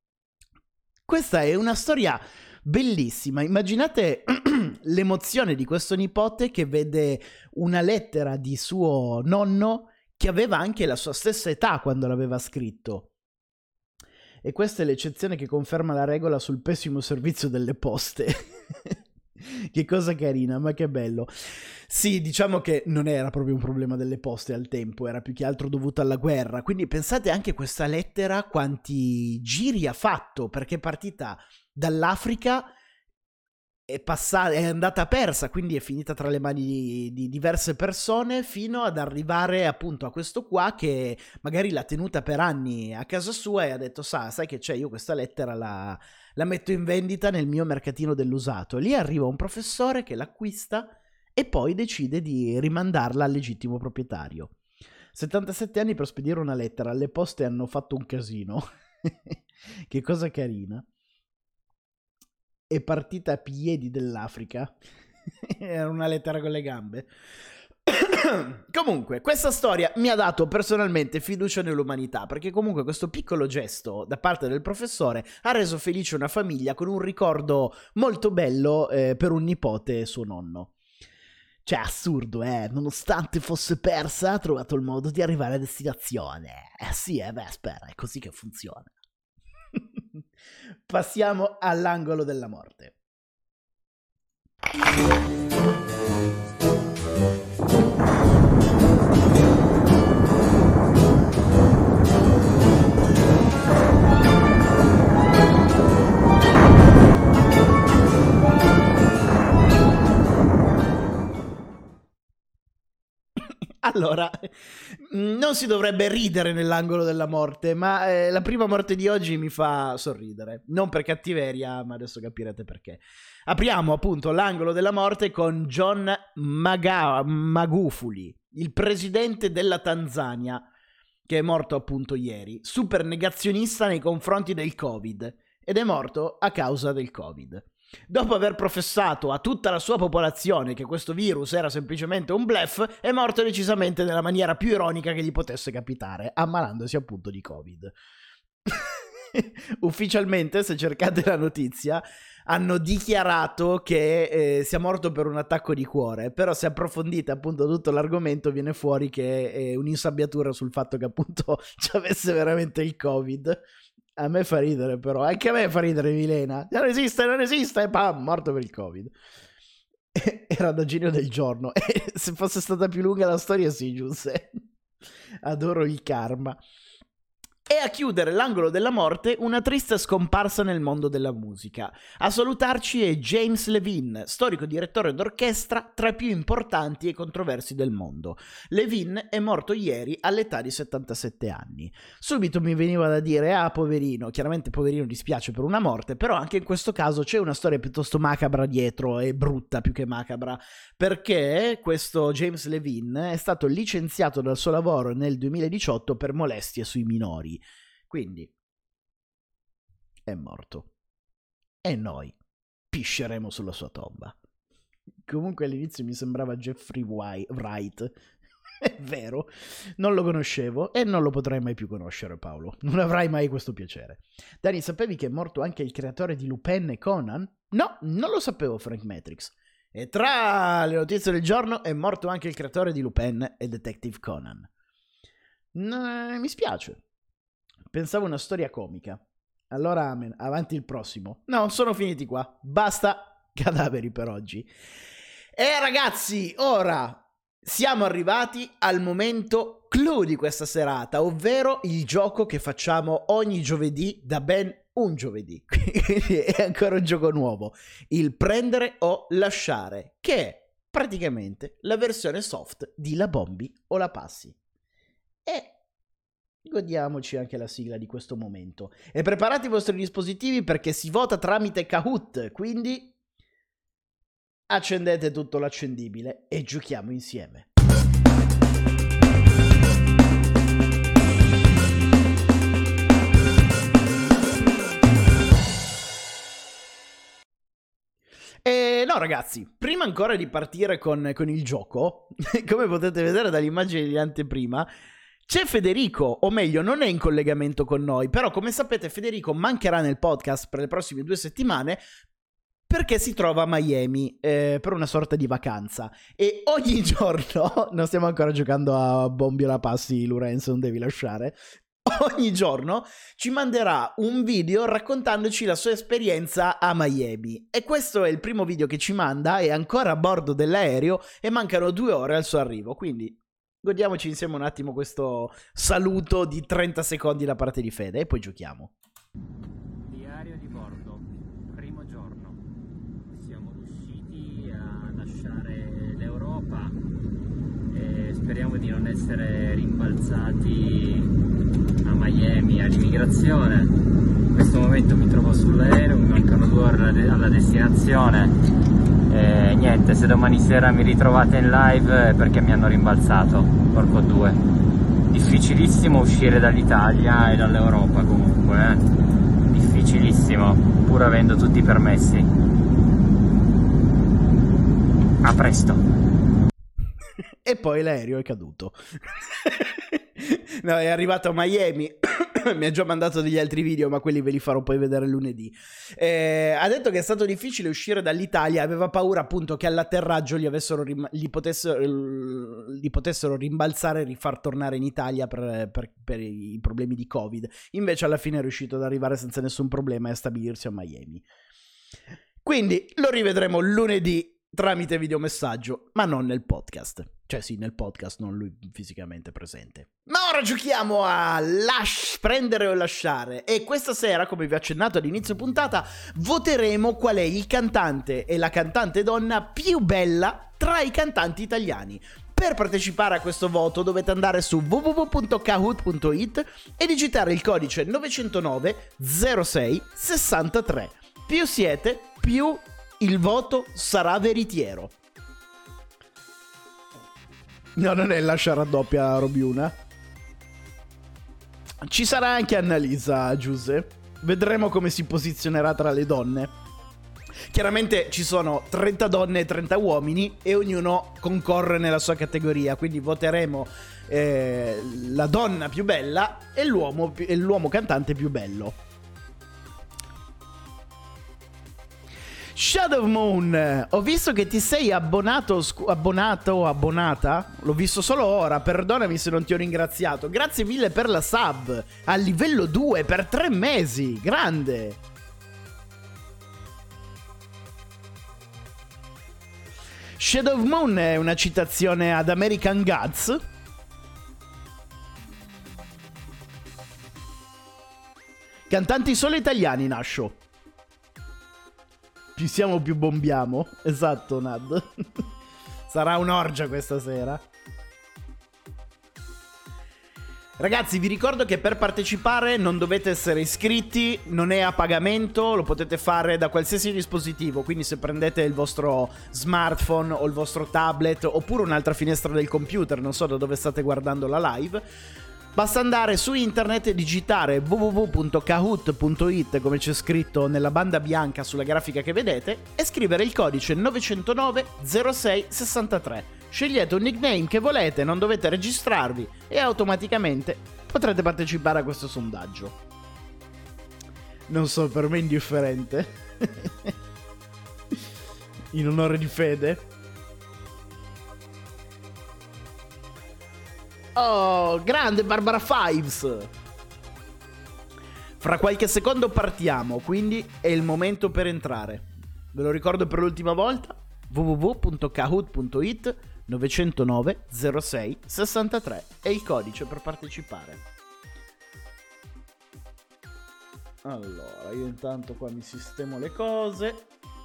Questa è una storia bellissima, immaginate l'emozione di questo nipote che vede una lettera di suo nonno che aveva anche la sua stessa età quando l'aveva scritto. E questa è l'eccezione che conferma la regola sul pessimo servizio delle poste. Che cosa carina, ma che bello. Sì, diciamo che non era proprio un problema delle poste al tempo, era più che altro dovuto alla guerra. Quindi pensate anche questa lettera quanti giri ha fatto, perché è partita dall'Africa, è andata persa, quindi è finita tra le mani di diverse persone fino ad arrivare appunto a questo qua che magari l'ha tenuta per anni a casa sua e ha detto sai che c'è, io questa lettera la metto in vendita nel mio mercatino dell'usato. Lì arriva un professore che l'acquista e poi decide di rimandarla al legittimo proprietario. 77 anni per spedire una lettera, alle poste hanno fatto un casino. Che cosa carina. È partita a piedi dell'Africa. Era una lettera con le gambe. Comunque, questa storia mi ha dato personalmente fiducia nell'umanità, perché comunque questo piccolo gesto da parte del professore ha reso felice una famiglia con un ricordo molto bello per un nipote e suo nonno. Cioè, assurdo, nonostante fosse persa, ha trovato il modo di arrivare a destinazione. Sì, spera, è così che funziona. Passiamo all'angolo della morte. Allora, non si dovrebbe ridere nell'angolo della morte, ma la prima morte di oggi mi fa sorridere. Non per cattiveria, ma adesso capirete perché. Apriamo appunto l'angolo della morte con John Magufuli, il presidente della Tanzania, che è morto appunto ieri, super negazionista nei confronti del Covid, ed è morto a causa del Covid. Dopo aver professato a tutta la sua popolazione che questo virus era semplicemente un bluff, è morto decisamente nella maniera più ironica che gli potesse capitare, ammalandosi appunto di Covid. ufficialmente, se cercate la notizia, hanno dichiarato che sia morto per un attacco di cuore, però se approfondite appunto tutto l'argomento viene fuori che è un'insabbiatura sul fatto che appunto ci avesse veramente il Covid. A me fa ridere, però anche a me fa ridere Milena. Non esiste, e pam, morto per il Covid. Era da genio del giorno. Se fosse stata più lunga la storia, sì, Giuseppe. Adoro il karma. E a chiudere l'angolo della morte, una triste scomparsa nel mondo della musica. A salutarci è James Levine, storico direttore d'orchestra tra i più importanti e controversi del mondo. Levine è morto ieri all'età di 77 anni. Subito mi veniva da dire, poverino, chiaramente poverino dispiace per una morte, però anche in questo caso c'è una storia piuttosto macabra dietro, e brutta più che macabra, perché questo James Levine è stato licenziato dal suo lavoro nel 2018 per molestie sui minori. Quindi è morto e noi pisceremo sulla sua tomba. Comunque all'inizio mi sembrava Jeffrey Wright. È vero, non lo conoscevo e non lo potrai mai più conoscere, Paolo. Non avrai mai questo piacere. Dani, sapevi che è morto anche il creatore di Lupin e Conan? No, non lo sapevo, Frank Matrix. E tra le notizie del giorno è morto anche il creatore di Lupin e Detective Conan. Mi spiace. Pensavo una storia comica. Allora, amen. Avanti il prossimo. No, sono finiti qua. Basta cadaveri per oggi. E ragazzi, ora siamo arrivati al momento clou di questa serata, ovvero il gioco che facciamo ogni giovedì da ben un giovedì. Quindi è ancora un gioco nuovo. Il prendere o lasciare, che è praticamente la versione soft di La Bombi o La Passi. E godiamoci anche la sigla di questo momento. E preparate i vostri dispositivi perché si vota tramite Kahoot, quindi accendete tutto l'accendibile e giochiamo insieme. E no ragazzi, prima ancora di partire con il gioco, come potete vedere dall'immagine di anteprima, c'è Federico, o meglio non è in collegamento con noi, però come sapete Federico mancherà nel podcast per le prossime 2 settimane perché si trova a Miami per una sorta di vacanza e ogni giorno, non stiamo ancora giocando a Bombi o La Passi, Lorenzo non devi lasciare, ogni giorno ci manderà un video raccontandoci la sua esperienza a Miami e questo è il primo video che ci manda, è ancora a bordo dell'aereo e mancano 2 ore al suo arrivo, quindi godiamoci insieme un attimo questo saluto di 30 secondi da parte di Fede e poi giochiamo. Diario di bordo, primo giorno. Siamo riusciti a lasciare l'Europa e speriamo di non essere rimbalzati a Miami all'immigrazione. In questo momento mi trovo sull'aereo, mi mancano 2 ore alla destinazione. E niente, se domani sera mi ritrovate in live è perché mi hanno rimbalzato, porco due. Difficilissimo uscire dall'Italia e dall'Europa comunque, difficilissimo, pur avendo tutti i permessi. A presto. E poi l'aereo è caduto. No, è arrivato a Miami. Mi ha già mandato degli altri video, ma quelli ve li farò poi vedere lunedì. Ha detto che è stato difficile uscire dall'Italia, aveva paura appunto che all'atterraggio gli potessero rimbalzare e rifar tornare in Italia per i problemi di Covid. Invece alla fine è riuscito ad arrivare senza nessun problema e a stabilirsi a Miami. Quindi lo rivedremo lunedì tramite videomessaggio, ma non nel podcast. Cioè sì, nel podcast, non lui fisicamente presente. Ma ora giochiamo a prendere o lasciare. E questa sera, come vi ho accennato all'inizio puntata, voteremo qual è il cantante e la cantante donna più bella tra i cantanti italiani. Per partecipare a questo voto dovete andare su www.kahoot.it e digitare il codice 909 06 63. Più siete, più il voto sarà veritiero. No, non è lascia raddoppia Robiuna. Ci sarà anche Annalisa, Giuseppe. Vedremo come si posizionerà tra le donne. Chiaramente ci sono 30 donne e 30 uomini e ognuno concorre nella sua categoria, quindi voteremo la donna più bella e l'uomo cantante più bello. Shadow Moon, ho visto che ti sei abbonato o abbonata? L'ho visto solo ora, perdonami se non ti ho ringraziato. Grazie mille per la sub a livello 2 per 3 mesi, grande. Shadow Moon è una citazione ad American Gods. Cantanti solo italiani, Nascio. Più siamo più bombiamo. Esatto, Nad. Sarà un'orgia questa sera. Ragazzi, vi ricordo che per partecipare non dovete essere iscritti, non è a pagamento, lo potete fare da qualsiasi dispositivo. Quindi se prendete il vostro smartphone o il vostro tablet oppure un'altra finestra del computer, non so da dove state guardando la live, basta andare su internet e digitare www.kahoot.it, come c'è scritto nella banda bianca sulla grafica che vedete, e scrivere il codice 909 06 63. Scegliete un nickname che volete, non dovete registrarvi e automaticamente potrete partecipare a questo sondaggio. Non so, per me è indifferente. In onore di Fede. Oh, grande Barbara Fives. Fra qualche secondo partiamo, quindi è il momento per entrare. Ve lo ricordo per l'ultima volta: www.kahoot.it 909 06 63 è il codice per partecipare. Allora, io intanto qua mi sistemo le cose.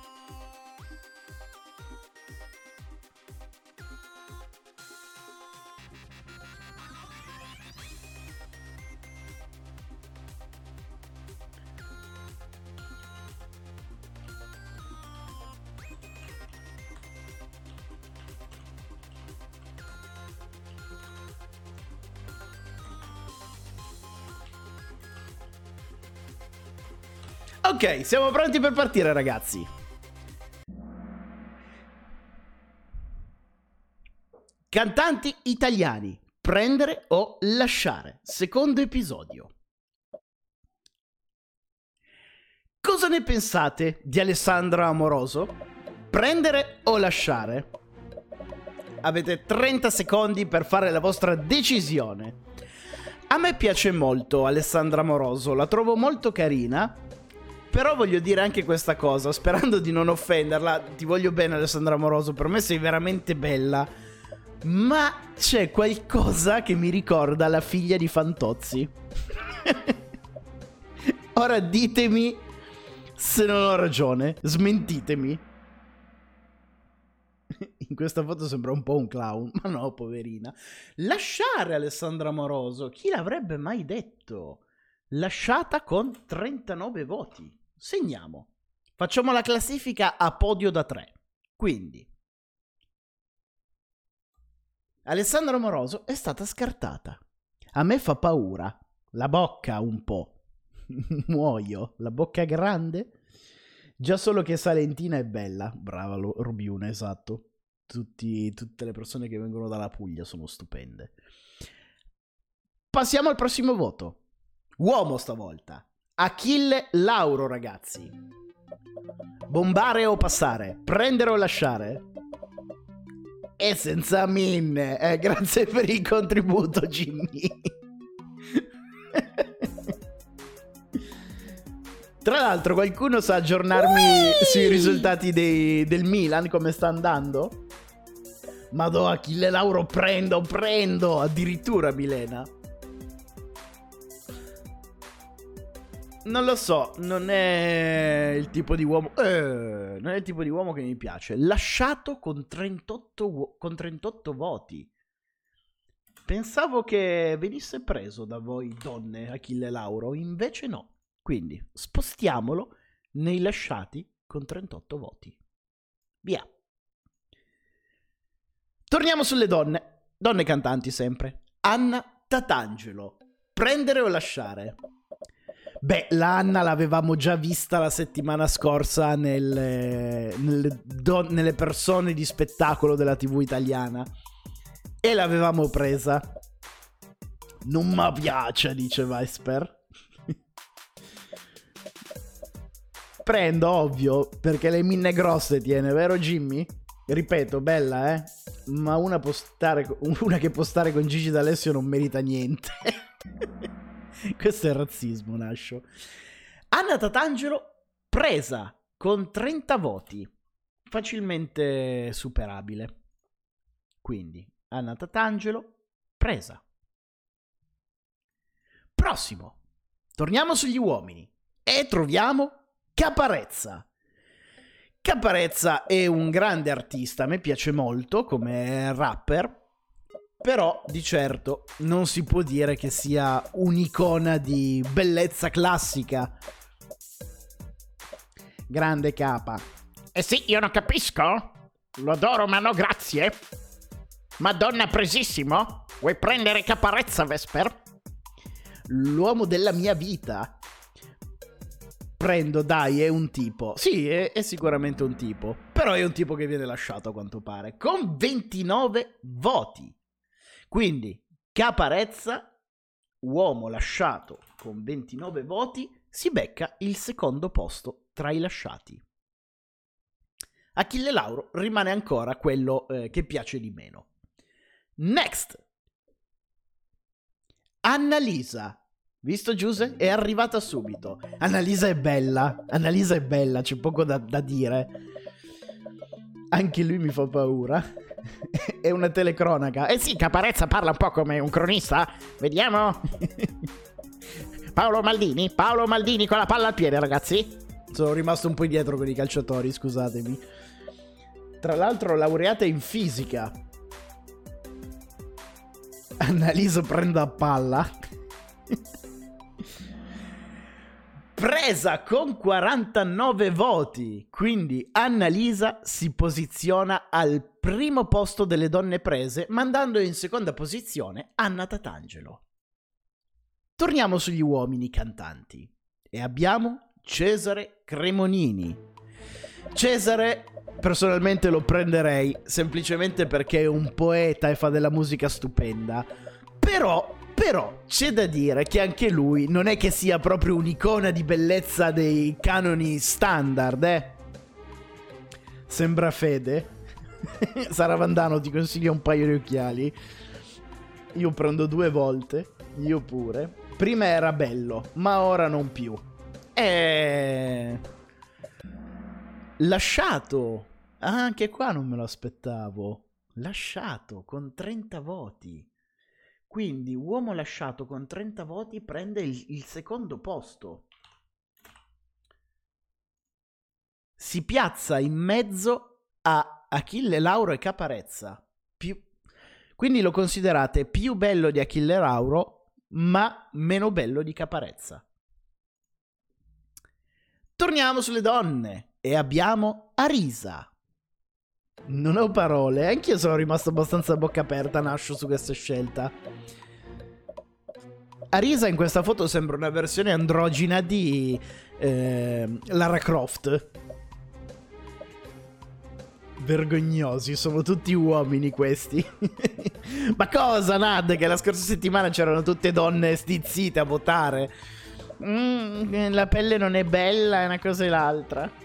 Ok, siamo pronti per partire, ragazzi. Cantanti italiani, prendere o lasciare. Secondo episodio. Cosa ne pensate di Alessandra Amoroso? Prendere o lasciare? Avete 30 secondi per fare la vostra decisione. A me piace molto Alessandra Amoroso, la trovo molto carina. Però voglio dire anche questa cosa, sperando di non offenderla. Ti voglio bene, Alessandra Amoroso, per me sei veramente bella. Ma c'è qualcosa che mi ricorda la figlia di Fantozzi. Ora ditemi se non ho ragione, smentitemi. In questa foto sembra un po' un clown, ma no, poverina. Lasciare Alessandra Amoroso, chi l'avrebbe mai detto? Lasciata con 39 voti. Segniamo. Facciamo la classifica a podio da 3. Quindi Alessandra Amoroso è stata scartata. A me fa paura. La bocca un po'. Muoio. La bocca grande. Già solo che Salentina è bella. Brava Rubiuna, esatto. Tutte le persone che vengono dalla Puglia sono stupende. Passiamo al prossimo voto. Uomo stavolta. Achille Lauro, ragazzi. Bombare o passare? Prendere o lasciare? E senza minne. Grazie per il contributo, Jimmy. Tra l'altro, qualcuno sa aggiornarmi sui risultati del Milan, come sta andando? Madò, Achille Lauro, prendo. Addirittura Milena. Non lo so, non è il tipo di uomo. Non è il tipo di uomo che mi piace. Lasciato con 38 voti. Pensavo che venisse preso da voi donne Achille Lauro, invece no. Quindi spostiamolo nei lasciati con 38 voti. Via. Torniamo sulle donne. Donne cantanti sempre. Anna Tatangelo. Prendere o lasciare? Beh, la Anna l'avevamo già vista la settimana scorsa nelle persone di spettacolo della TV italiana e l'avevamo presa. Non mi piace, dice Vesper. Prendo, ovvio, perché le minne grosse tiene, vero Jimmy? Ripeto, bella, ma una che può stare con Gigi D'Alessio non merita niente. Questo è razzismo, Nascio. Anna Tatangelo presa con 30 voti, facilmente superabile. Quindi Anna Tatangelo presa. Prossimo, torniamo sugli uomini e troviamo Caparezza. Caparezza è un grande artista, a me piace molto come rapper, però di certo non si può dire che sia un'icona di bellezza classica. Grande Capa. Eh sì, io non capisco. Lo adoro, ma no grazie. Madonna presissimo. Vuoi prendere Caparezza, Vesper? L'uomo della mia vita. Prendo, dai, è un tipo. Sì, è sicuramente un tipo. Però è un tipo che viene lasciato a quanto pare. Con 29 voti. Quindi, Caparezza, uomo lasciato con 29 voti, si becca il secondo posto tra i lasciati. Achille Lauro rimane ancora quello che piace di meno. Next. Annalisa. Visto Giuse? È arrivata subito. Annalisa è bella, c'è poco da dire. Anche lui mi fa paura. È una telecronaca. Eh sì, Caparezza parla un po' come un cronista. Vediamo. Paolo Maldini con la palla al piede, ragazzi. Sono rimasto un po' indietro con i calciatori, scusatemi. Tra l'altro laureata in fisica. Annalisa prende a palla. Presa con 49 voti, quindi Annalisa si posiziona al primo posto delle donne prese, mandando in seconda posizione Anna Tatangelo. Torniamo sugli uomini cantanti e abbiamo Cesare Cremonini. Cesare personalmente lo prenderei semplicemente perché è un poeta e fa della musica stupenda, però c'è da dire che anche lui non è che sia proprio un'icona di bellezza dei canoni standard, Sembra Fede. Sara Vandano, ti consiglio un paio di occhiali. Io prendo 2 volte, io pure. Prima era bello, ma ora non più. Lasciato. Anche qua non me lo aspettavo. Lasciato con 30 voti. Quindi uomo lasciato con 30 voti prende il secondo posto. Si piazza in mezzo a Achille Lauro e Caparezza. Quindi lo considerate più bello di Achille Lauro, ma meno bello di Caparezza. Torniamo sulle donne e abbiamo Arisa. Non ho parole, anch'io sono rimasto abbastanza a bocca aperta, Nascio, su questa scelta. Arisa in questa foto sembra una versione androgina di Lara Croft. Vergognosi, sono tutti uomini questi. Ma cosa, Nad? Che la scorsa settimana c'erano tutte donne stizzite a votare. La pelle non è bella, è una cosa e l'altra.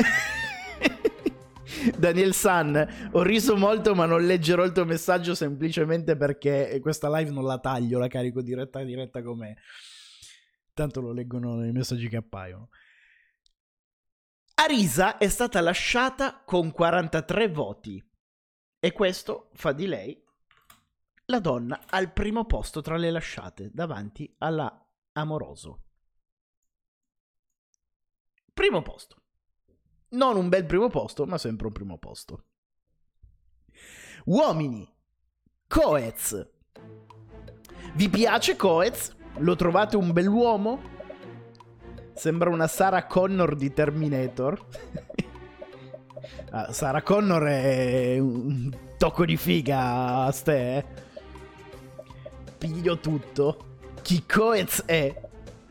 Daniel San, ho riso molto ma non leggerò il tuo messaggio semplicemente perché questa live non la taglio, la carico diretta com'è. Tanto lo leggono nei messaggi che appaiono. Arisa è stata lasciata con 43 voti e questo fa di lei la donna al primo posto tra le lasciate davanti alla Amoroso. Primo posto. Non un bel primo posto, ma sempre un primo posto. Uomini. Coez. Vi piace Coez? Lo trovate un bell'uomo? Sembra una Sarah Connor di Terminator. Sarah Connor è un tocco di figa a ste, Piglio tutto. Chi Coez è?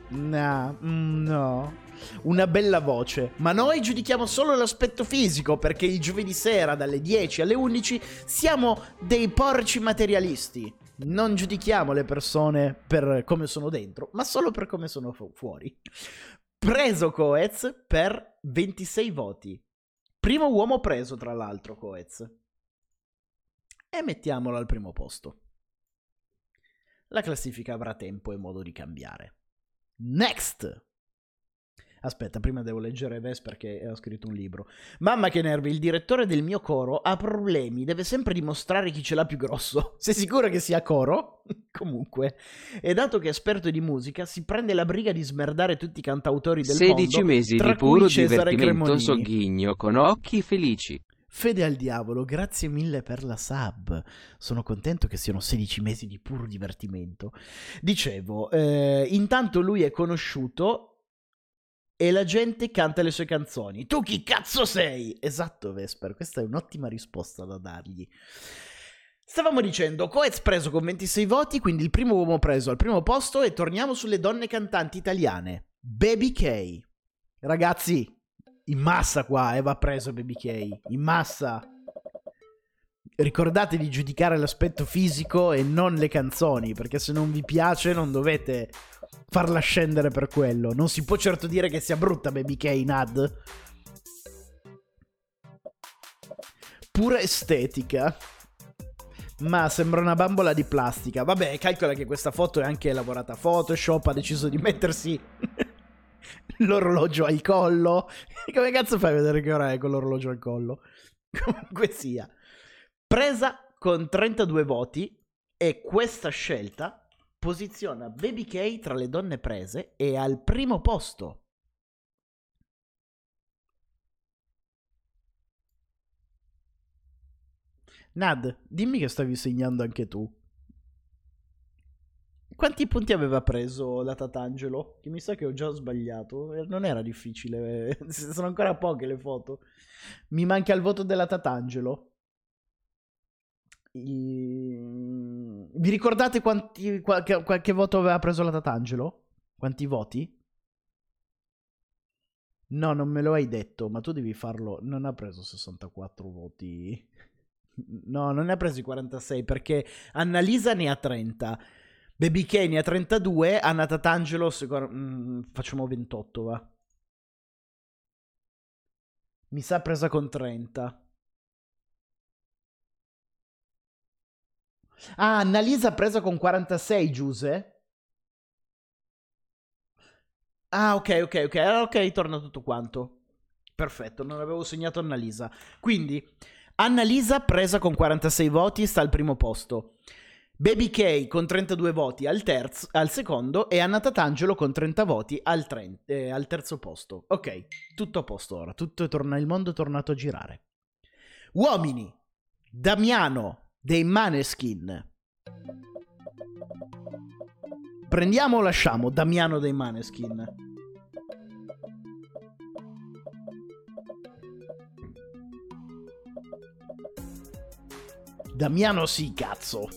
No. Una bella voce, ma noi giudichiamo solo l'aspetto fisico perché il giovedì sera dalle 10 alle 11 siamo dei porci materialisti. Non giudichiamo le persone per come sono dentro, ma solo per come sono fuori. Preso Coez per 26 voti. Primo uomo preso, tra l'altro, Coez. E mettiamolo al primo posto. La classifica avrà tempo e modo di cambiare. Next! Aspetta, prima devo leggere Ves perché ho scritto un libro. Mamma che nervi, il direttore del mio coro ha problemi, deve sempre dimostrare chi ce l'ha più grosso. Sei sicuro che sia coro? Comunque. E dato che è esperto di musica, si prende la briga di smerdare tutti i cantautori del 16 mondo, mesi tra di puro cui Cesare divertimento Cremonini. Sogghigno con occhi felici. Fede al diavolo, grazie mille per la sub. Sono contento che siano 16 mesi di puro divertimento. Dicevo, intanto lui è conosciuto e la gente canta le sue canzoni. Tu chi cazzo sei? Esatto, Vesper, questa è un'ottima risposta da dargli. Stavamo dicendo, Coez preso con 26 voti, quindi il primo uomo preso al primo posto, e torniamo sulle donne cantanti italiane. Baby K. Ragazzi, in massa qua, va preso Baby K, in massa. Ricordate di giudicare l'aspetto fisico e non le canzoni, perché se non vi piace non dovete farla scendere per quello. Non si può certo dire che sia brutta Baby K, Nad. Pura estetica. Ma sembra una bambola di plastica. Vabbè, calcola che questa foto è anche lavorata a Photoshop, ha deciso di mettersi l'orologio al collo. Come cazzo fai a vedere che ora è con l'orologio al collo? Comunque sia. Presa con 32 voti, e questa scelta posiziona Baby K tra le donne prese e al primo posto. Nad, dimmi che stavi segnando anche tu. Quanti punti aveva preso la Tatangelo? Che mi sa che ho già sbagliato. Non era difficile. Sono ancora poche le foto. Mi manca il voto della Tatangelo. Vi ricordate qualche voto aveva preso la Tatangelo? Quanti voti? No, non me lo hai detto, ma tu devi farlo. Non ha preso 64 voti. No, non ne ha presi 46 perché Annalisa ne ha 30. Baby K ne ha 32. Anna Tatangelo facciamo 28, va. Mi sa presa con 30. Ah, Annalisa presa con 46, Giuse. Ah, ok, allora ok, torna tutto quanto. Perfetto, non avevo segnato Annalisa. Quindi Annalisa presa con 46 voti sta al primo posto. Baby K con 32 voti al secondo, e Anna Tatangelo con 30 voti al terzo posto. Ok, tutto a posto ora, il mondo è tornato a girare. Uomini, Damiano dei Maneskin. Prendiamo o lasciamo Damiano dei Maneskin? Damiano sì, cazzo.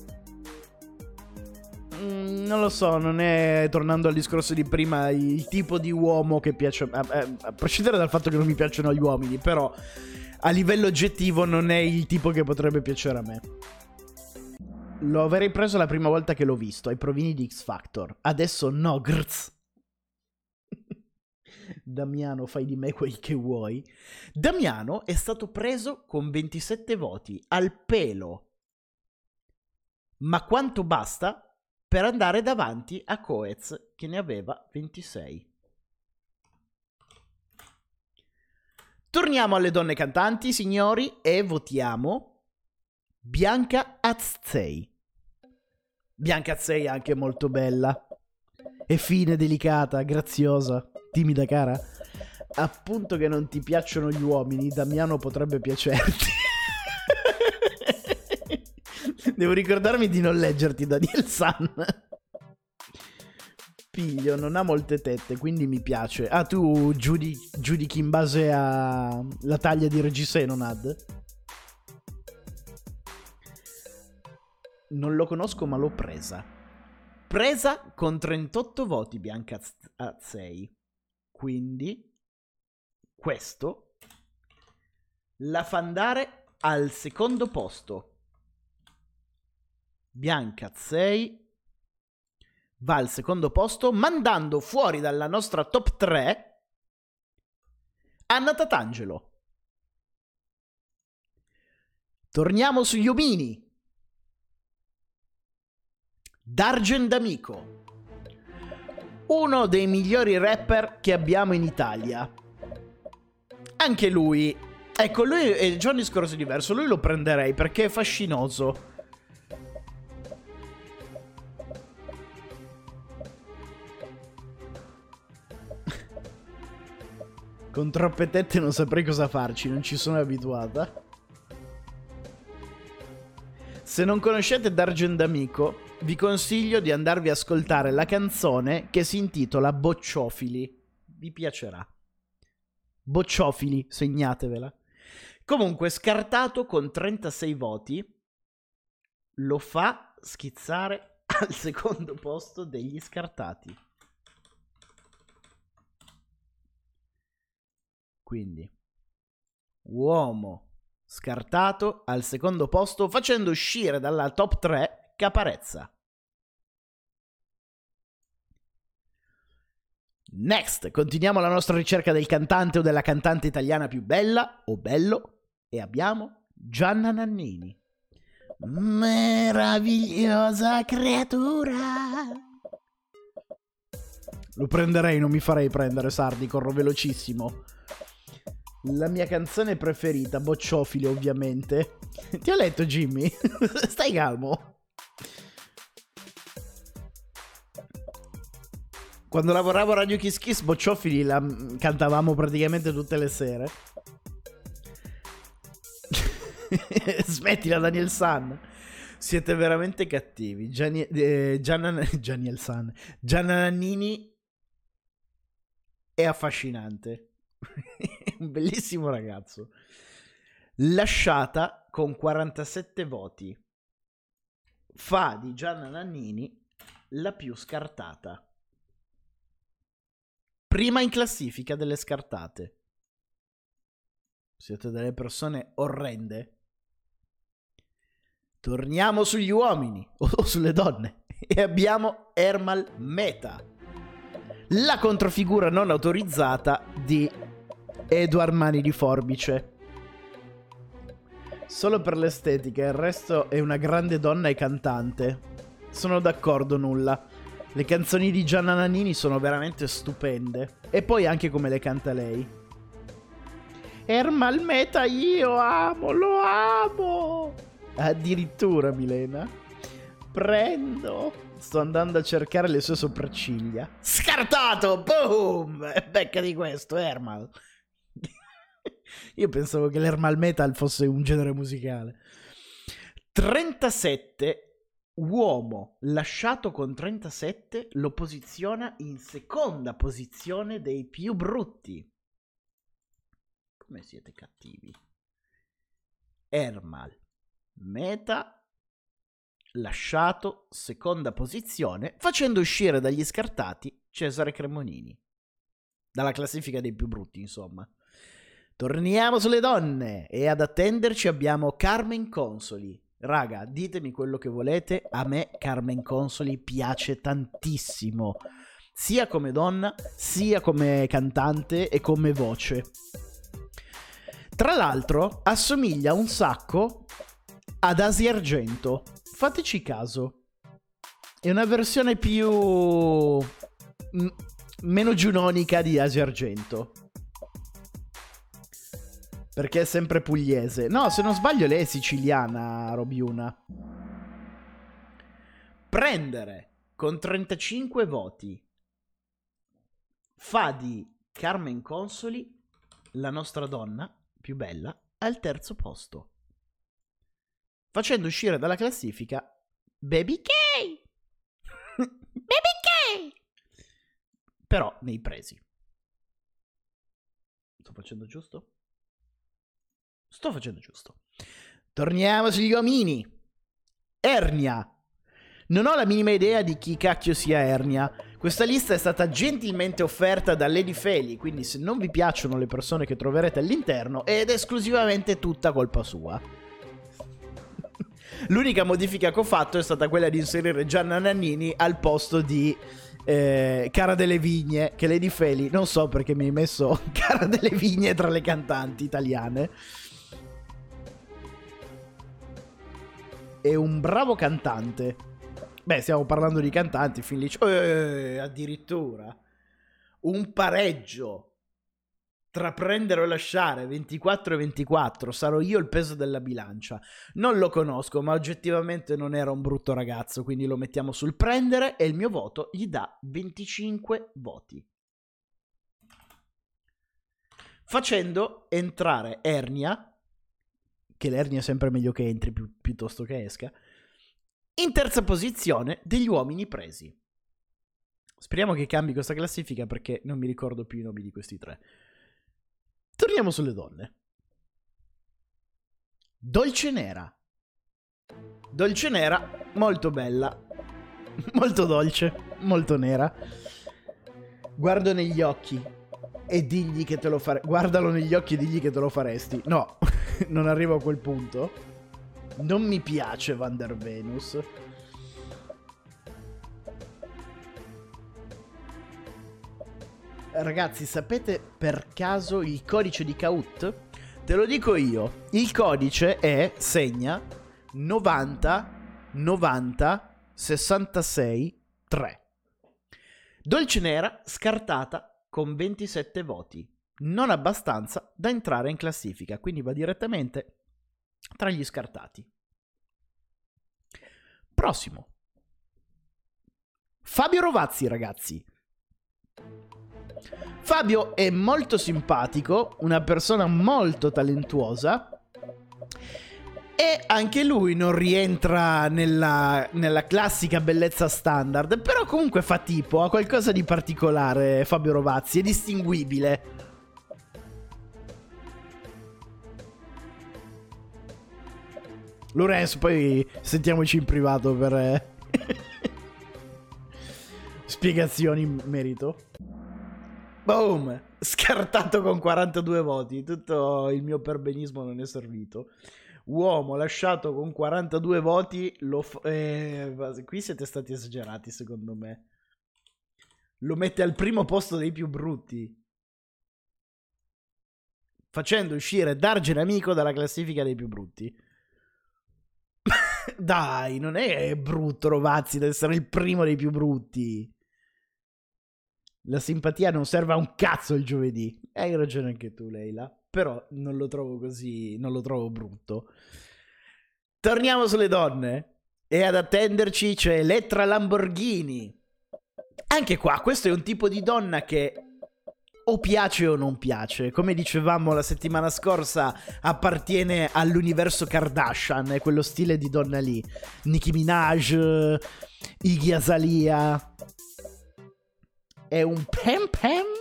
Non lo so, non è, tornando al discorso di prima, il tipo di uomo che piace a prescindere dal fatto che non mi piacciono gli uomini, però a livello oggettivo non è il tipo che potrebbe piacere a me. Lo avrei preso la prima volta che l'ho visto, ai provini di X Factor. Adesso no, grz. Damiano, fai di me quel che vuoi. Damiano è stato preso con 27 voti, al pelo. Ma quanto basta per andare davanti a Coez, che ne aveva 26. Torniamo alle donne cantanti, signori, e votiamo Bianca Azzei. Bianca Azzei è anche molto bella. È fine, delicata, graziosa, timida, cara. Appunto che non ti piacciono gli uomini, Damiano potrebbe piacerti. Devo ricordarmi di non leggerti, Daniel San. Piglio, non ha molte tette, quindi mi piace. Ah, tu giudichi in base alla taglia di reggiseno, Nad? Non lo conosco, ma l'ho presa. Presa con 38 voti Bianca Azzei. Quindi questo la fa andare al secondo posto. Bianca Azzei va al secondo posto, mandando fuori dalla nostra top 3 Anna Tatangelo. Torniamo sugli omini. Dargen D'Amico, uno dei migliori rapper che abbiamo in Italia. Anche lui, ecco, lui è già un discorso diverso. Lui lo prenderei perché è fascinoso. Con troppe tette non saprei cosa farci, non ci sono abituata. Se non conoscete Dargen D'Amico, vi consiglio di andarvi a ascoltare la canzone che si intitola Bocciofili. Vi piacerà. Bocciofili, segnatevela. Comunque, scartato con 36 voti, lo fa schizzare al secondo posto degli scartati. Quindi, uomo scartato al secondo posto, facendo uscire dalla top 3 Caparezza. Next, continuiamo la nostra ricerca del cantante o della cantante italiana più bella o bello e abbiamo Gianna Nannini. Meravigliosa creatura. Lo prenderei, non mi farei prendere, Sardi, corro velocissimo. La mia canzone preferita, Bocciofili ovviamente. Ti ho letto, Jimmy? Stai calmo. Quando lavoravo a Radio Kiss Kiss, Bocciofili la cantavamo praticamente tutte le sere. Smettila, Daniel San. Siete veramente cattivi. Gianna Nannini è affascinante. Un bellissimo ragazzo. Lasciata con 47 voti. Fa di Gianna Nannini la più scartata. Prima in classifica delle scartate. Siete delle persone orrende. Torniamo sugli uomini o sulle donne e abbiamo Ermal Meta, la controfigura non autorizzata di Edward Mani di Forbice. Solo per l'estetica, il resto è una grande donna e cantante. Sono d'accordo, nulla. Le canzoni di Gianna Nannini sono veramente stupende. E poi anche come le canta lei. Ermal Meta io amo, lo amo. Addirittura, Milena. Sto andando a cercare le sue sopracciglia. Scartato! Boom! Becca di questo, Ermal. Io pensavo che l'Ermal Metal fosse un genere musicale. 37. Uomo lasciato con 37 lo posiziona in seconda posizione dei più brutti. Come siete cattivi. Ermal Meta lasciato seconda posizione, facendo uscire dagli scartati Cesare Cremonini. Dalla classifica dei più brutti, insomma. Torniamo sulle donne e ad attenderci abbiamo Carmen Consoli. Raga, ditemi quello che volete, a me Carmen Consoli piace tantissimo, sia come donna, sia come cantante e come voce. Tra l'altro, assomiglia un sacco ad Asia Argento. Fateci caso. È una versione più... meno giunonica di Asia Argento. Perché è sempre pugliese. No, se non sbaglio lei è siciliana, Robiuna. Prendere con 35 voti fa di Carmen Consoli la nostra donna più bella al terzo posto, facendo uscire dalla classifica Baby K. Baby K. Però nei presi. Sto facendo giusto? Sto facendo giusto. Torniamo sugli uomini. Ernia. Non ho la minima idea di chi cacchio sia Ernia. Questa lista è stata gentilmente offerta da Lady Feli, quindi se non vi piacciono le persone che troverete all'interno, ed è esclusivamente tutta colpa sua. L'unica modifica che ho fatto è stata quella di inserire Gianna Nannini al posto di Cara delle Vigne, che Lady Feli, non so perché mi hai messo Cara delle Vigne tra le cantanti italiane. È un bravo cantante. Beh, stiamo parlando di cantanti, fin lì. Addirittura un pareggio tra prendere o lasciare, 24 e 24. Sarò io il peso della bilancia. Non lo conosco, ma oggettivamente non era un brutto ragazzo, quindi lo mettiamo sul prendere e il mio voto gli dà 25 voti. Facendo entrare Ernia, che l'Ernia è sempre meglio che entri piuttosto che esca, in terza posizione degli uomini presi. Speriamo che cambi questa classifica perché non mi ricordo più i nomi di questi tre. Torniamo sulle donne. Dolce Nera. Dolce Nera, molto bella, molto dolce, molto nera. Guardo negli occhi e digli che te lo faresti. Guardalo negli occhi e digli che te lo faresti. No, non arrivo a quel punto. Non mi piace Van der Venus. Ragazzi, sapete per caso il codice di Kaut? Te lo dico io. Il codice è, segna, 90 90 66 3. Dolce Nera scartata con 27 voti. Non abbastanza da entrare in classifica, quindi va direttamente tra gli scartati. Prossimo. Fabio Rovazzi, ragazzi. Fabio è molto simpatico, una persona molto talentuosa e anche lui non rientra nella classica bellezza standard, però comunque fa tipo, ha qualcosa di particolare. Fabio Rovazzi è distinguibile. Lorenzo, poi sentiamoci in privato per spiegazioni in merito. Boom! Scartato con 42 voti. Tutto il mio perbenismo non è servito. Uomo lasciato con 42 voti. Qui siete stati esagerati, secondo me. Lo mette al primo posto dei più brutti, facendo uscire Dargen Amico dalla classifica dei più brutti. Dai, non è brutto Rovazzi da essere il primo dei più brutti. La simpatia non serve a un cazzo il giovedì. Hai ragione anche tu, Leila. Però non lo trovo così, non lo trovo brutto. Torniamo sulle donne. E ad attenderci c'è Elettra Lamborghini. Anche qua, questo è un tipo di donna che o piace o non piace. Come dicevamo la settimana scorsa, appartiene all'universo Kardashian. È quello stile di donna lì. Nicki Minaj, Iggy Azalea. È un pem.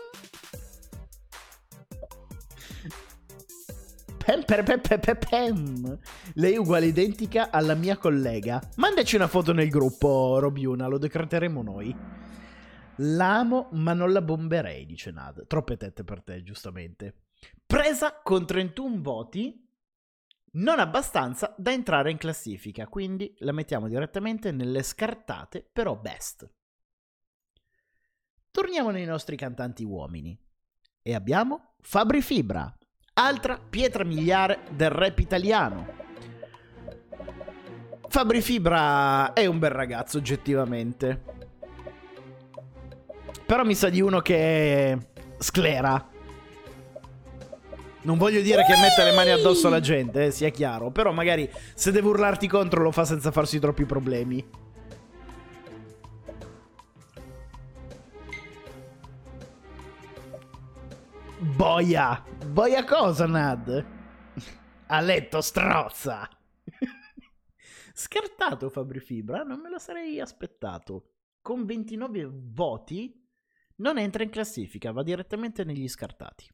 Lei è uguale identica alla mia collega. Mandaci una foto nel gruppo, Robiuna, lo decreteremo noi. L'amo ma non la bomberei, dice Nad. Troppe tette per te, giustamente. Presa con 31 voti, non abbastanza da entrare in classifica, quindi la mettiamo direttamente nelle scartate, però best. Torniamo nei nostri cantanti uomini. E abbiamo Fabri Fibra, altra pietra miliare del rap italiano. Fabri Fibra è un bel ragazzo, oggettivamente. Però mi sa di uno che sclera. Non voglio dire che mette le mani addosso alla gente, sia chiaro. Però magari se deve urlarti contro lo fa senza farsi troppi problemi. Boia! Boia cosa, Nad? A letto, strozza! Scartato Fabri Fibra, non me lo sarei aspettato. Con 29 voti non entra in classifica, va direttamente negli scartati.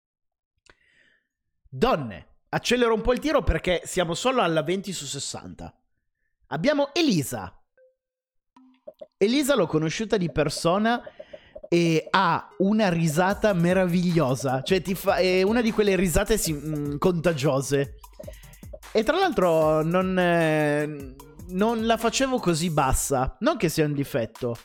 Donne, accelero un po' il tiro perché siamo solo alla 20 su 60. Abbiamo Elisa. Elisa l'ho conosciuta di persona e ha una risata meravigliosa. Cioè è una di quelle risate contagiose. E tra l'altro non la facevo così bassa. Non che sia un difetto.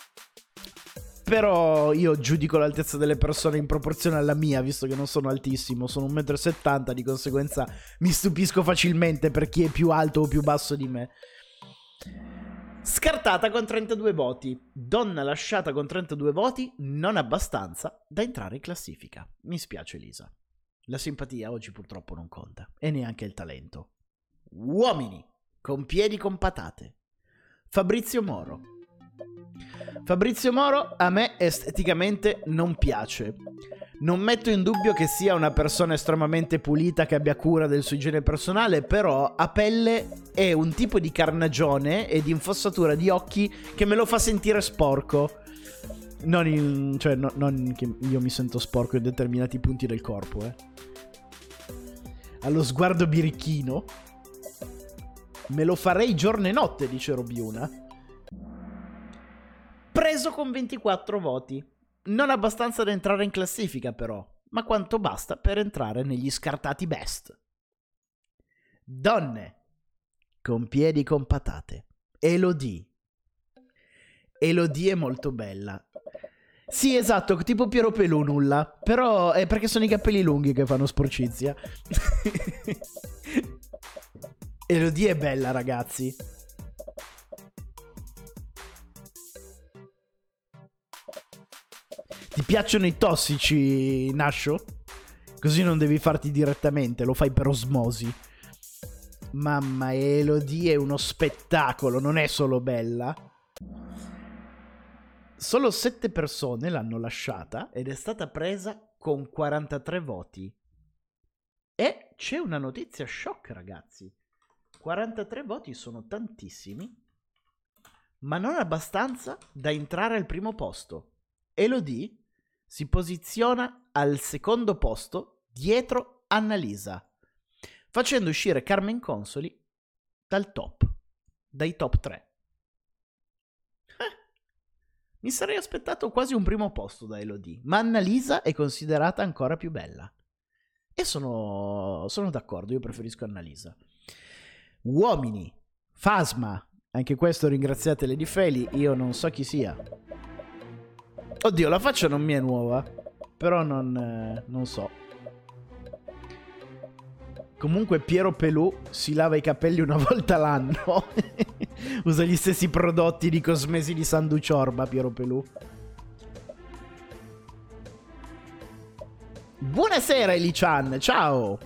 Però io giudico l'altezza delle persone in proporzione alla mia, visto che non sono altissimo, sono 1,70 m, di conseguenza mi stupisco facilmente per chi è più alto o più basso di me. Scartata con 32 voti. Donna lasciata con 32 voti, non abbastanza da entrare in classifica. Mi spiace Lisa. La simpatia oggi purtroppo non conta, e neanche il talento. Uomini con piedi con patate. Fabrizio Moro. Fabrizio Moro a me esteticamente non piace. Non metto in dubbio che sia una persona estremamente pulita, che abbia cura del suo igiene personale, però a pelle è un tipo di carnagione e di infossatura di occhi che me lo fa sentire sporco. Non che io mi sento sporco in determinati punti del corpo, Allo sguardo birichino. Me lo farei giorno e notte, dice Robiuna. Preso con 24 voti. Non abbastanza da entrare in classifica però, ma quanto basta per entrare negli scartati best. Donne con piedi con patate. Elodie. Elodie è molto bella. Sì, esatto, tipo Piero Pelù nulla, però è perché sono i capelli lunghi che fanno sporcizia. Elodie è bella, ragazzi. Ti piacciono i tossici, Nascio? Così non devi farti direttamente, lo fai per osmosi. Mamma, Elodie è uno spettacolo, non è solo bella. Solo 7 persone l'hanno lasciata ed è stata presa con 43 voti. E c'è una notizia shock, ragazzi. 43 voti sono tantissimi, ma non abbastanza da entrare al primo posto. Elodie si posiziona al secondo posto dietro Annalisa, facendo uscire Carmen Consoli dai top 3. Mi sarei aspettato quasi un primo posto da Elodie, ma Annalisa è considerata ancora più bella. E sono d'accordo, io preferisco Annalisa. Uomini, Fasma, anche questo ringraziate Lady Feli, io non so chi sia. Oddio, la faccia non mi è nuova, però non so. Comunque Piero Pelù si lava i capelli una volta l'anno. Usa gli stessi prodotti di cosmesi di Sandu Ciorba, Piero Pelù. Buonasera Eli-chan, ciao.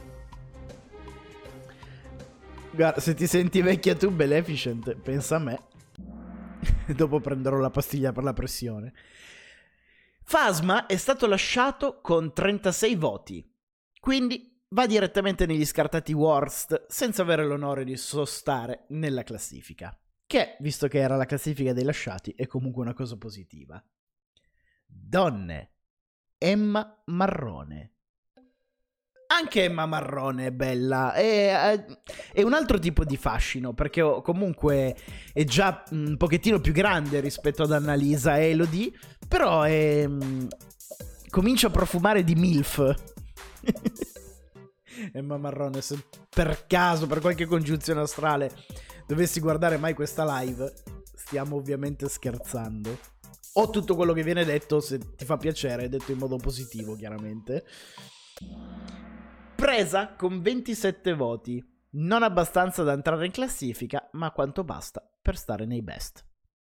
Guarda, se ti senti vecchia tu, Beneficent, pensa a me. Dopo prenderò la pastiglia per la pressione. Fasma è stato lasciato con 36 voti, quindi va direttamente negli scartati worst senza avere l'onore di sostare nella classifica, che, visto che era la classifica dei lasciati, è comunque una cosa positiva. Donne, Emma Marrone. Anche Emma Marrone è bella, è un altro tipo di fascino, perché comunque è già un pochettino più grande rispetto ad Annalisa e Elodie, però comincia a profumare di MILF. Emma Marrone, se per caso, per qualche congiunzione astrale, dovessi guardare mai questa live, stiamo ovviamente scherzando. O tutto quello che viene detto, se ti fa piacere, è detto in modo positivo, chiaramente. Presa con 27 voti, non abbastanza da entrare in classifica, ma quanto basta per stare nei best.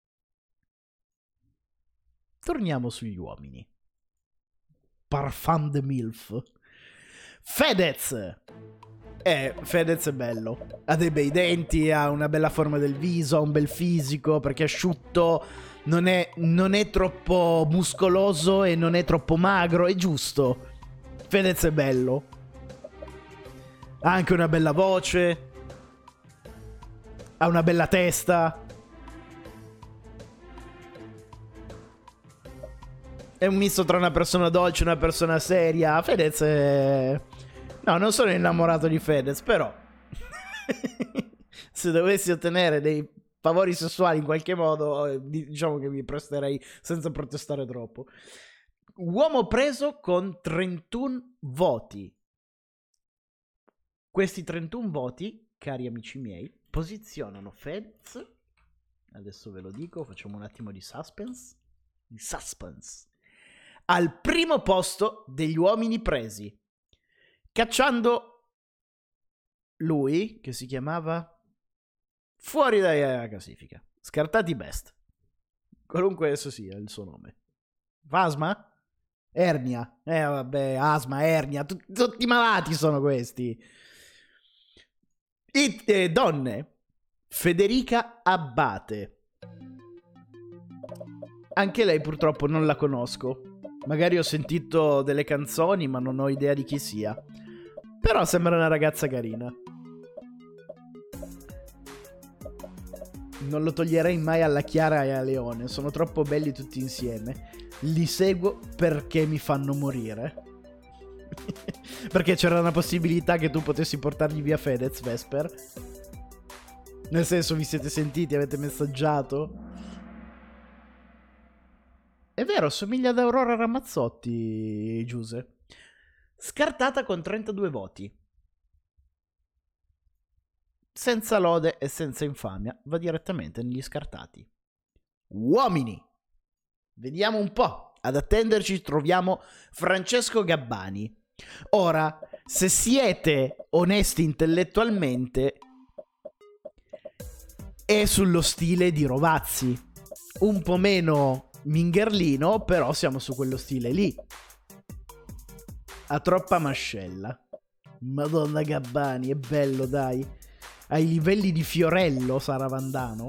Torniamo sugli uomini. Parfum de MILF. Fedez! Fedez è bello. Ha dei bei denti, ha una bella forma del viso, ha un bel fisico, perché è asciutto, non è troppo muscoloso e non è troppo magro, è giusto. Fedez è bello. Ha anche una bella voce. Ha una bella testa. È un misto tra una persona dolce e una persona seria. Fedez è... No, non sono innamorato di Fedez, però se dovessi ottenere dei favori sessuali in qualche modo, diciamo che mi presterei senza protestare troppo. Uomo preso con 31 voti. Questi 31 voti cari amici miei, posizionano Fedez, adesso ve lo dico, facciamo un attimo di suspense, al primo posto degli uomini presi, cacciando lui, che si chiamava, fuori dalla classifica. Scartati Best. Qualunque esso sia il suo nome. Asma? Ernia. Vabbè, asma, ernia. Tutti malati sono questi. Donne. Federica Abbate. Anche lei purtroppo non la conosco. Magari ho sentito delle canzoni, ma non ho idea di chi sia. Però sembra una ragazza carina. Non lo toglierei mai alla Chiara e a Leone. Sono troppo belli tutti insieme. Li seguo perché mi fanno morire. Perché c'era una possibilità che tu potessi portargli via Fedez, Vesper. Nel senso, vi siete sentiti, avete messaggiato. È vero, somiglia ad Aurora Ramazzotti, Giuse. Scartata con 32 voti. Senza lode e senza infamia, va direttamente negli scartati. Uomini! Vediamo un po'. Ad attenderci troviamo Francesco Gabbani. Ora, se siete onesti intellettualmente, è sullo stile di Rovazzi. Un po' meno mingherlino, però siamo su quello stile lì. Ha troppa mascella. Madonna Gabbani, è bello, dai. Ai livelli di Fiorello Saravandano?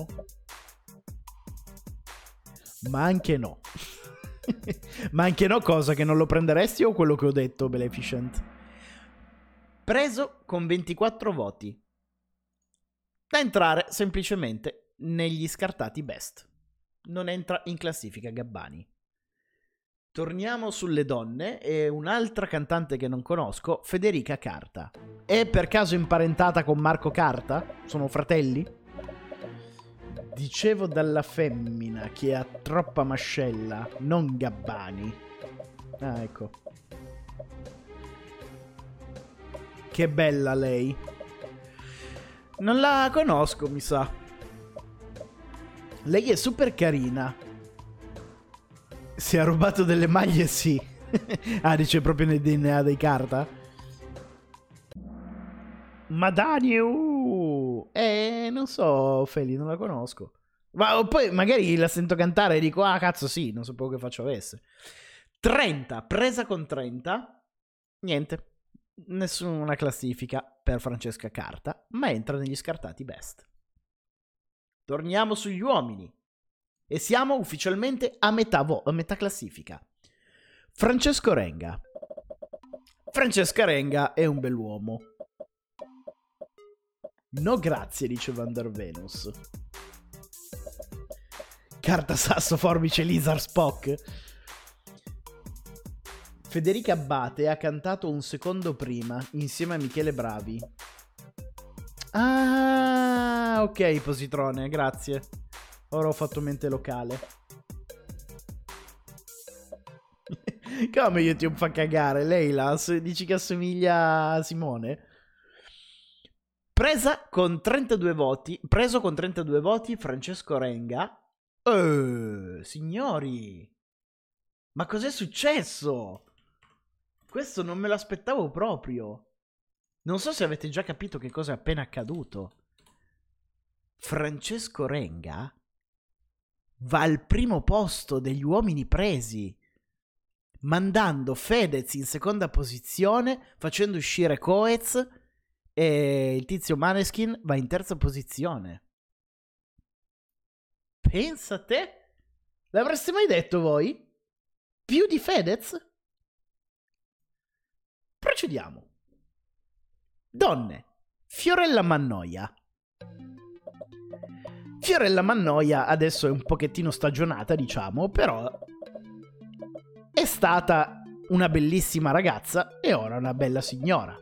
Ma anche no. Ma anche no, cosa che non lo prenderesti o quello che ho detto, Beneficent? Preso con 24 voti. Da entrare semplicemente negli scartati best. Non entra in classifica Gabbani. Torniamo sulle donne e un'altra cantante che non conosco, Federica Carta. È per caso imparentata con Marco Carta? Sono fratelli? Dicevo dalla femmina che ha troppa mascella, non Gabbani. Ah, ecco. Che bella lei. Non la conosco, mi sa. Lei è super carina. Si è rubato delle maglie, sì. Ah, dice proprio nel DNA dei Carta. Ma Dani, non so, Feli, non la conosco. Ma poi magari la sento cantare e dico, ah, cazzo, sì, non sapevo che faccio avesse. 30, presa con 30. Niente. Nessuna classifica per Francesca Carta, ma entra negli scartati best. Torniamo sugli uomini. E siamo ufficialmente a metà classifica. Francesco Renga. Francesca Renga è un bell'uomo. No grazie, dice Vander Venus. Carta, sasso, forbice, lizard, Spock. Federica Abbate ha cantato un secondo prima insieme a Michele Bravi. Ah, ok, Positrone, grazie. Ora ho fatto mente locale. Come YouTube fa cagare? Leila, dici che assomiglia a Simone? Preso con 32 voti Francesco Renga. Signori, ma cos'è successo? Questo non me l'aspettavo proprio. Non so se avete già capito che cosa è appena accaduto. Francesco Renga va al primo posto degli uomini presi, mandando Fedez in seconda posizione, facendo uscire Coez, e il tizio Maneskin va in terza posizione. Pensa a te? L'avreste mai detto voi? Più di Fedez? Procediamo. Donne. Fiorella Mannoia. Fiorella Mannoia adesso è un pochettino stagionata, diciamo, però è stata una bellissima ragazza e ora una bella signora.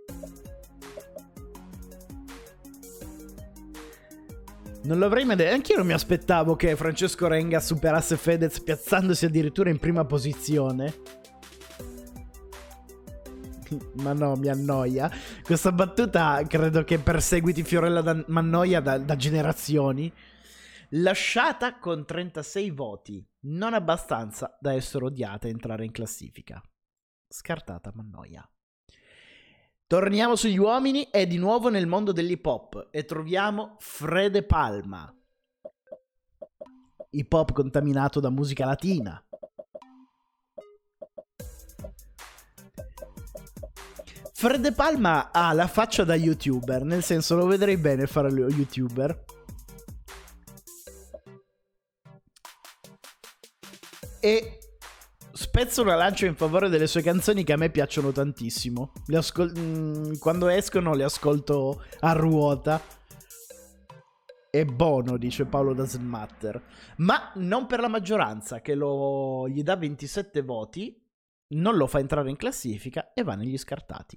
Non l'avrei mai detto. Anch'io non mi aspettavo che Francesco Renga superasse Fedez piazzandosi addirittura in prima posizione. Ma no, mi annoia. Questa battuta credo che perseguiti Fiorella Mannoia da generazioni. Lasciata con 36 voti, non abbastanza da essere odiata e entrare in classifica. Scartata Mannoia. Torniamo sugli uomini e di nuovo nel mondo dell'hip hop e troviamo Fred Palma. Hip hop contaminato da musica latina. Fred Palma ha la faccia da youtuber, nel senso lo vedrei bene fare lo youtuber. E spezzo una lancia in favore delle sue canzoni che a me piacciono tantissimo. Quando escono le ascolto a ruota. È buono, dice Paolo Doesn't Matter. Ma non per la maggioranza, che gli dà 27 voti, non lo fa entrare in classifica e va negli scartati.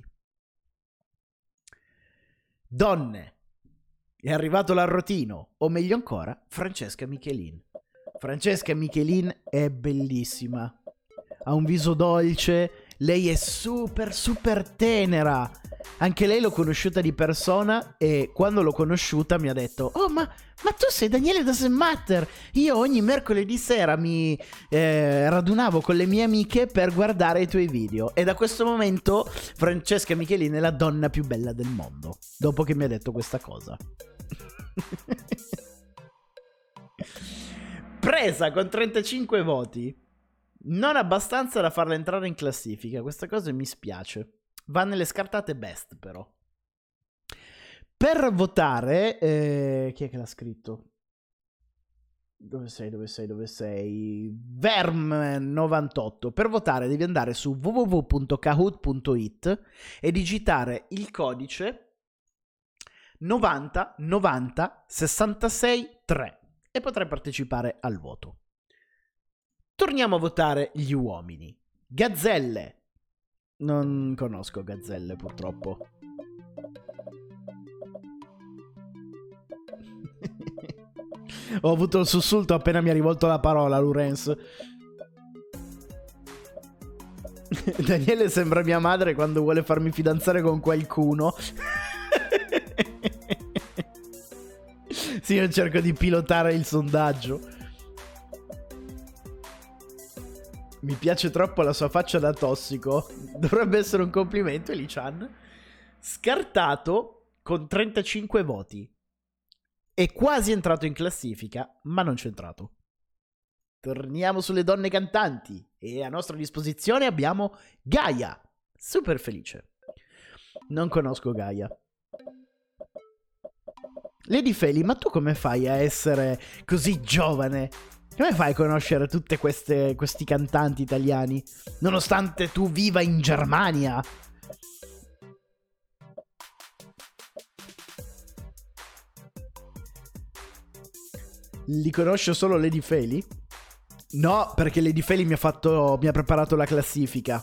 Donne. È arrivato l'arrotino, o meglio ancora, Francesca Michelin. Francesca Michelin è bellissima. Ha un viso dolce, lei è super super tenera. Anche lei l'ho conosciuta di persona e quando l'ho conosciuta mi ha detto: oh ma tu sei Daniele Doesn't Matter. Io ogni mercoledì sera mi radunavo con le mie amiche per guardare i tuoi video. E da questo momento Francesca Michelin è la donna più bella del mondo, dopo che mi ha detto questa cosa. Presa con 35 voti, non abbastanza da farla entrare in classifica. Questa cosa mi spiace. Va nelle scartate best, però. Per votare, chi è che l'ha scritto? Dove sei? Verm98. Per votare devi andare su www.kahoot.it e digitare il codice 90 90 66 3 e potrai partecipare al voto. Torniamo a votare gli uomini. Gazzelle. Non conosco Gazzelle, purtroppo. Ho avuto il sussulto appena mi ha rivolto la parola, Lorenz. Daniele sembra mia madre quando vuole farmi fidanzare con qualcuno. Sì, io cerco di pilotare il sondaggio. Mi piace troppo la sua faccia da tossico. Dovrebbe essere un complimento, Eli-chan. Scartato con 35 voti. È quasi entrato in classifica, ma non c'è entrato. Torniamo sulle donne cantanti. E a nostra disposizione abbiamo Gaia. Super felice. Non conosco Gaia. Lady Feli, ma tu come fai a essere così giovane? Come fai a conoscere tutte questi cantanti italiani, nonostante tu viva in Germania? Li conosce solo Lady Feli? No, perché Lady Feli mi ha preparato la classifica.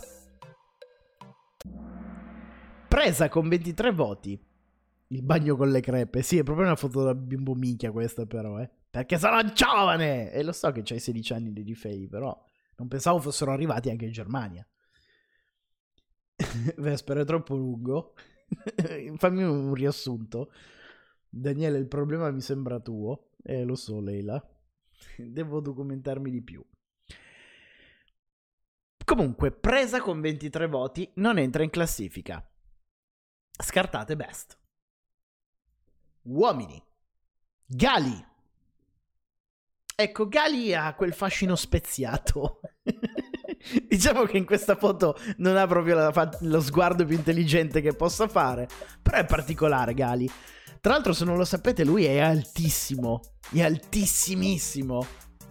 Presa con 23 voti. Il bagno con le crepe. Sì, è proprio una foto da bimbo minchia questa, però, Perché sono giovane! E lo so che c'hai 16 anni di Fei, però non pensavo fossero arrivati anche in Germania. Vesper è troppo lungo. Fammi un riassunto. Daniele, il problema mi sembra tuo. Lo so, Leila. Devo documentarmi di più. Comunque, presa con 23 voti, non entra in classifica. Scartate best. Uomini. Gali. Ecco, Gali ha quel fascino speziato. Diciamo che in questa foto non ha proprio lo sguardo più intelligente che possa fare, però è particolare Gali. Tra l'altro, se non lo sapete, lui è altissimo. È altissimissimo.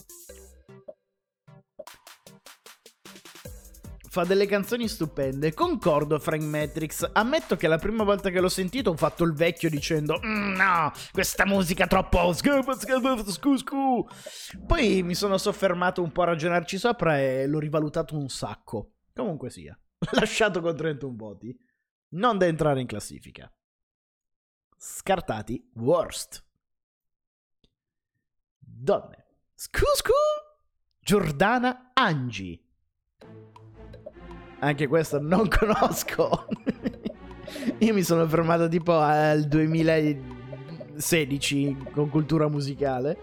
Fa delle canzoni stupende. Concordo, Frank Matrix. Ammetto che la prima volta che l'ho sentito ho fatto il vecchio dicendo no, questa musica troppo scu. Poi mi sono soffermato un po' a ragionarci sopra e l'ho rivalutato un sacco. Comunque sia. Lasciato con 31 voti. Non da entrare in classifica. Scartati worst. Donne. Giordana Angi. Anche questo non conosco. Io mi sono fermato tipo al 2016 con cultura musicale.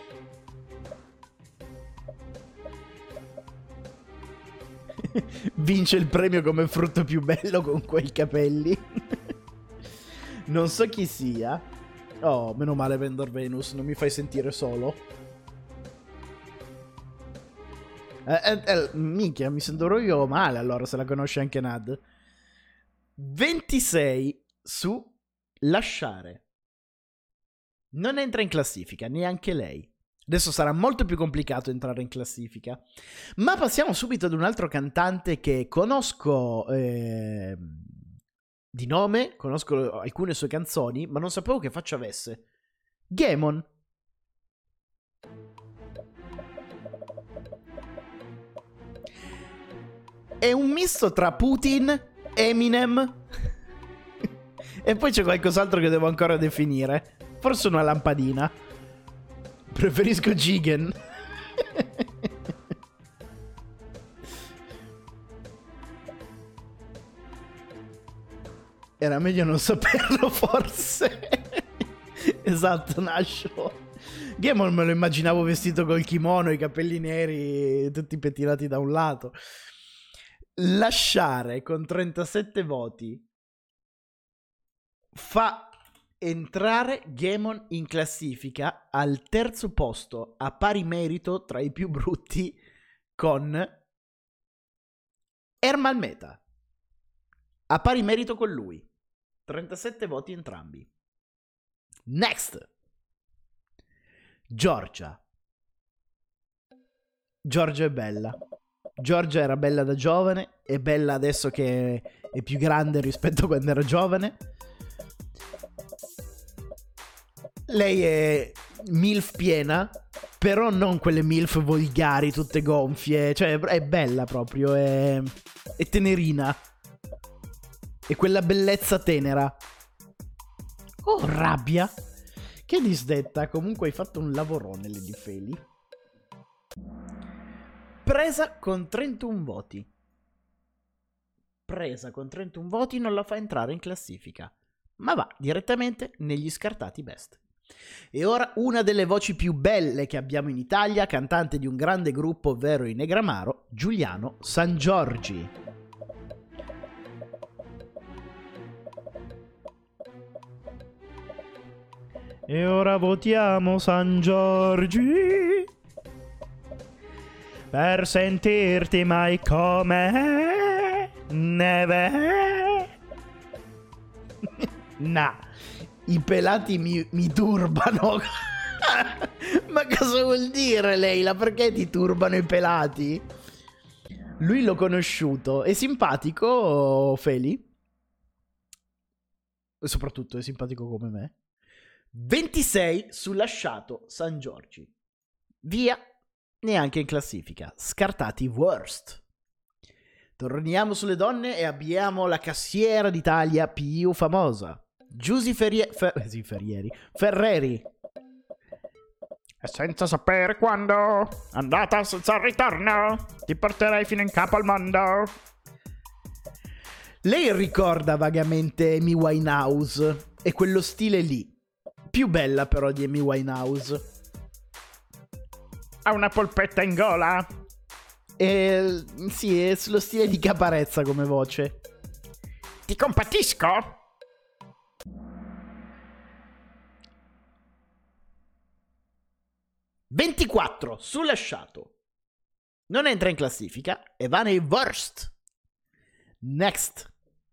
Vince il premio come frutto più bello con quei capelli. Non so chi sia. Oh, meno male Vendor Venus, non mi fai sentire solo. Minchia, mi sento io male allora se la conosce anche Nad. 26 su lasciare. Non entra in classifica, neanche lei. Adesso sarà molto più complicato entrare in classifica. Ma passiamo subito ad un altro cantante che conosco di nome, conosco alcune sue canzoni, ma non sapevo che faccia avesse. Gaemon. È un misto tra Putin, Eminem e poi c'è qualcos'altro che devo ancora definire. Forse una lampadina. Preferisco Jigen. Era meglio non saperlo, forse. Esatto, Nasho. Gaemon me lo immaginavo vestito col kimono, i capelli neri, tutti pettinati da un lato. Lasciare con 37 voti fa entrare Gaemon in classifica al terzo posto, a pari merito tra i più brutti con Ermal Meta. A pari merito con lui. 37 voti entrambi. Next. Giorgia. Giorgia è bella. Giorgia era bella da giovane, è bella adesso che è più grande rispetto a quando era giovane. Lei è MILF piena, però non quelle MILF volgari, tutte gonfie. Cioè è bella proprio, è tenerina. È quella bellezza tenera. Oh, rabbia. Che disdetta. Comunque hai fatto un lavorone, Lady Feli. Presa con 31 voti. Presa con 31 voti non la fa entrare in classifica, ma va direttamente negli scartati best. E ora una delle voci più belle che abbiamo in Italia, cantante di un grande gruppo, ovvero i Negramaro, Giuliano Sangiorgi. E ora votiamo Sangiorgi per sentirti mai come neve. Nah, i pelati mi turbano. Ma cosa vuol dire, Leila? Perché ti turbano i pelati? Lui l'ho conosciuto. È simpatico, Feli? E soprattutto è simpatico come me. 26 sul lasciato Sangiorgi. Via. Neanche in classifica. Scartati worst. Torniamo sulle donne e abbiamo la cassiera d'Italia più famosa, Giusy Ferreri. E senza sapere quando, andata senza ritorno, ti porterei fino in capo al mondo. Lei ricorda vagamente Amy Winehouse e quello stile lì. Più bella però di Amy Winehouse. Ha una polpetta in gola. Sì, è sullo stile di Caparezza come voce. Ti compatisco. 24 sul lasciato. Non entra in classifica e va nei worst. Next.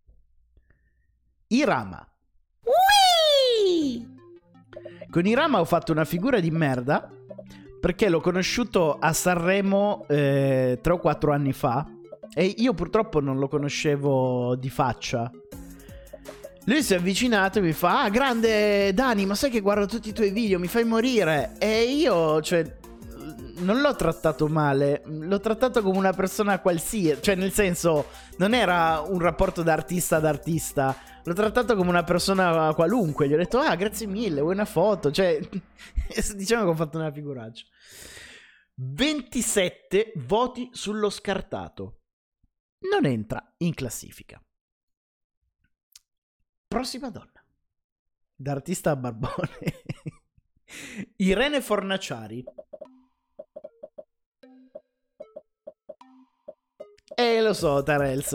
Irama. Whee! Con Irama ho fatto una figura di merda perché l'ho conosciuto a Sanremo 3 o 4 anni fa e io purtroppo non lo conoscevo di faccia. Lui si è avvicinato e mi fa: ah, grande Dani, ma sai che guardo tutti i tuoi video, mi fai morire. E io, cioè, non l'ho trattato male, l'ho trattato come una persona qualsiasi. Cioè, nel senso, non era un rapporto da artista ad artista, l'ho trattato come una persona qualunque. Gli ho detto: ah, grazie mille, vuoi una foto? Cioè, diciamo che ho fatto una figuraccia. 27 voti sullo scartato. non entra in classifica. Prossima donna. D'artista a barbone. Irene Fornaciari. Lo so, Tarels.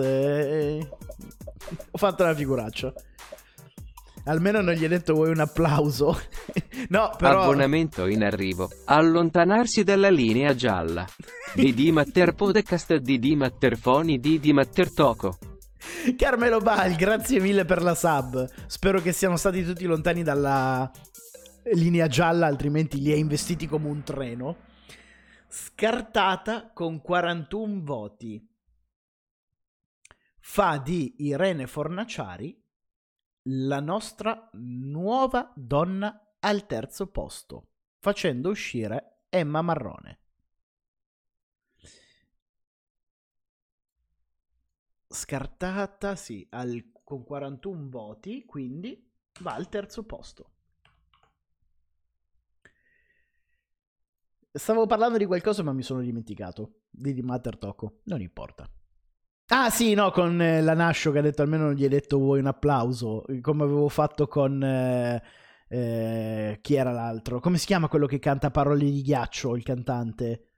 Ho fatto una figuraccia. Almeno non gli hai detto vuoi un applauso. No, però... Abbonamento in arrivo. Allontanarsi dalla linea gialla. Didi Matter Podcast, Didi Matter Foni, Didi Matter Toco. Carmelo Bal, grazie mille per la sub. Spero che siano stati tutti lontani dalla linea gialla, altrimenti li hai investiti come un treno. Scartata con 41 voti. Fa di Irene Fornaciari la nostra nuova donna al terzo posto, facendo uscire Emma Marrone. Scartata, sì, con 41 voti, quindi va al terzo posto. Stavo parlando di qualcosa ma mi sono dimenticato. Di Matter Toco, non importa. Ah sì, no, con la Nascio che ha detto almeno non gli hai detto vuoi un applauso, come avevo fatto con chi era l'altro? Come si chiama quello che canta Parole di ghiaccio, il cantante?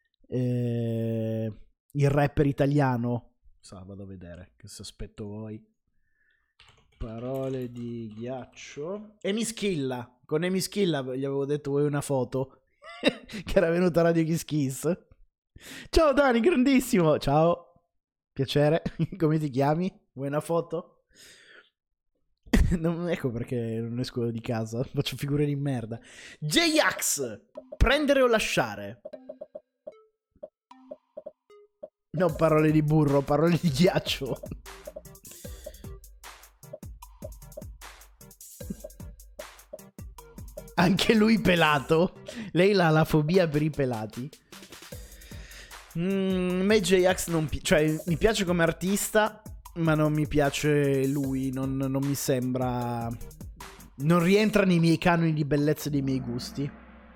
Il rapper italiano. Vado a vedere, che se aspetto voi. Parole di ghiaccio. Emi Schilla. Con Emi Schilla gli avevo detto vuoi una foto? Che era venuta a Radio Kiss Kiss. Ciao Dani, grandissimo. Ciao. Piacere, come ti chiami? Vuoi una foto? Ecco perché non esco di casa, faccio figure di merda. J-Ax, prendere o lasciare? Non parole di burro, parole di ghiaccio. Anche lui pelato. Lei ha la fobia per i pelati. Me J-Ax non cioè mi piace come artista, ma non mi piace lui, non mi sembra, non rientra nei miei canoni di bellezza e dei miei gusti.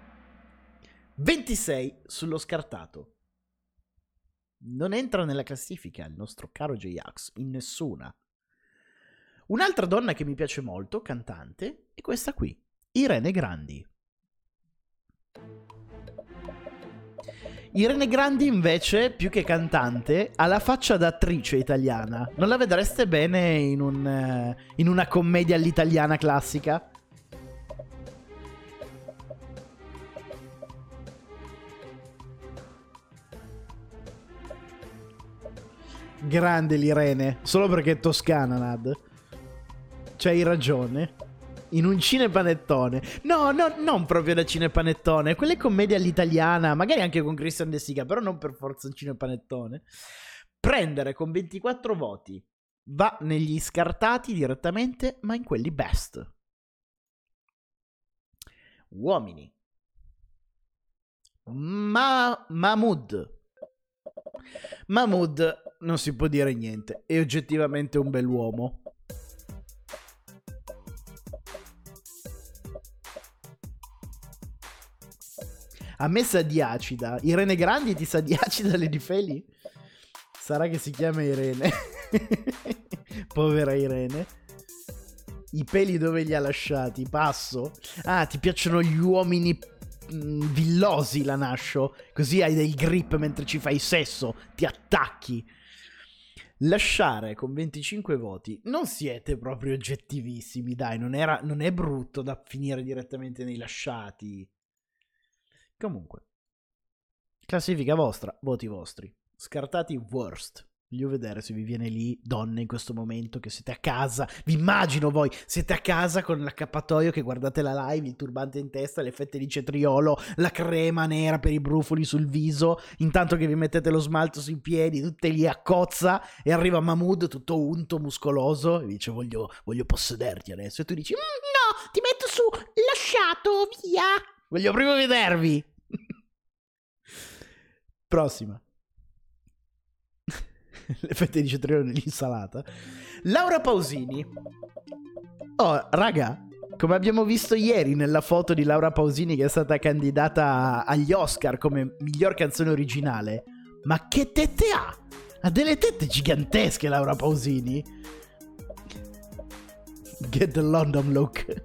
26 sullo scartato. Non entra nella classifica il nostro caro J-Ax, in nessuna. Un'altra donna che mi piace molto, cantante, è questa qui, Irene Grandi. Irene Grandi invece, più che cantante, ha la faccia da attrice italiana. Non la vedreste bene in una commedia all'italiana classica? Grande l'Irene, solo perché è toscana, Nad. C'hai ragione. In un cinepanettone. No, non proprio da cinepanettone. Quelle commedie all'italiana, magari anche con Christian De Sica, però non per forza un cinepanettone. Prendere con 24 voti. Va negli scartati direttamente, ma in quelli best. Uomini. Mahmood. Mahmood non si può dire niente. È oggettivamente un bell'uomo. A me sa di acida. Irene Grandi ti sa di acida Lady Feli? Sarà che si chiama Irene. Povera Irene. I peli dove li ha lasciati? Passo. Ah, ti piacciono gli uomini villosi, la Nascio. Così hai del grip mentre ci fai sesso. Ti attacchi. Lasciare con 25 voti. Non siete proprio oggettivissimi, dai. Non è brutto da finire direttamente nei lasciati. Comunque, classifica vostra, voti vostri. Scartati worst. Voglio vedere se vi viene lì, donne, in questo momento che siete a casa. Vi immagino voi, siete a casa con l'accappatoio che guardate la live, il turbante in testa, le fette di cetriolo, la crema nera per i brufoli sul viso, intanto che vi mettete lo smalto sui piedi, tutte lì a cozza, e arriva Mahmood tutto unto, muscoloso, e dice voglio possederti adesso. E tu dici no, ti metto su, lasciato, via. Voglio prima vedervi. Prossima. Le fette di cetriolo nell'insalata. Laura Pausini. Oh, raga, come abbiamo visto ieri nella foto di Laura Pausini che è stata candidata agli Oscar come miglior canzone originale. Ma che tette ha? Ha delle tette gigantesche Laura Pausini. Get the London look.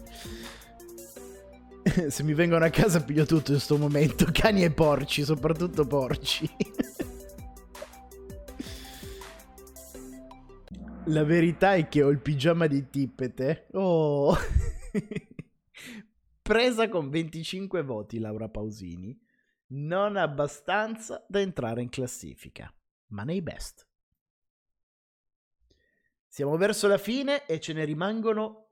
Se mi vengono a casa piglio tutto in sto momento. Cani e porci, soprattutto porci. La verità è che ho il pigiama di Tippete. Oh. Presa con 25 voti Laura Pausini. Non abbastanza da entrare in classifica, ma nei best. Siamo verso la fine e ce ne rimangono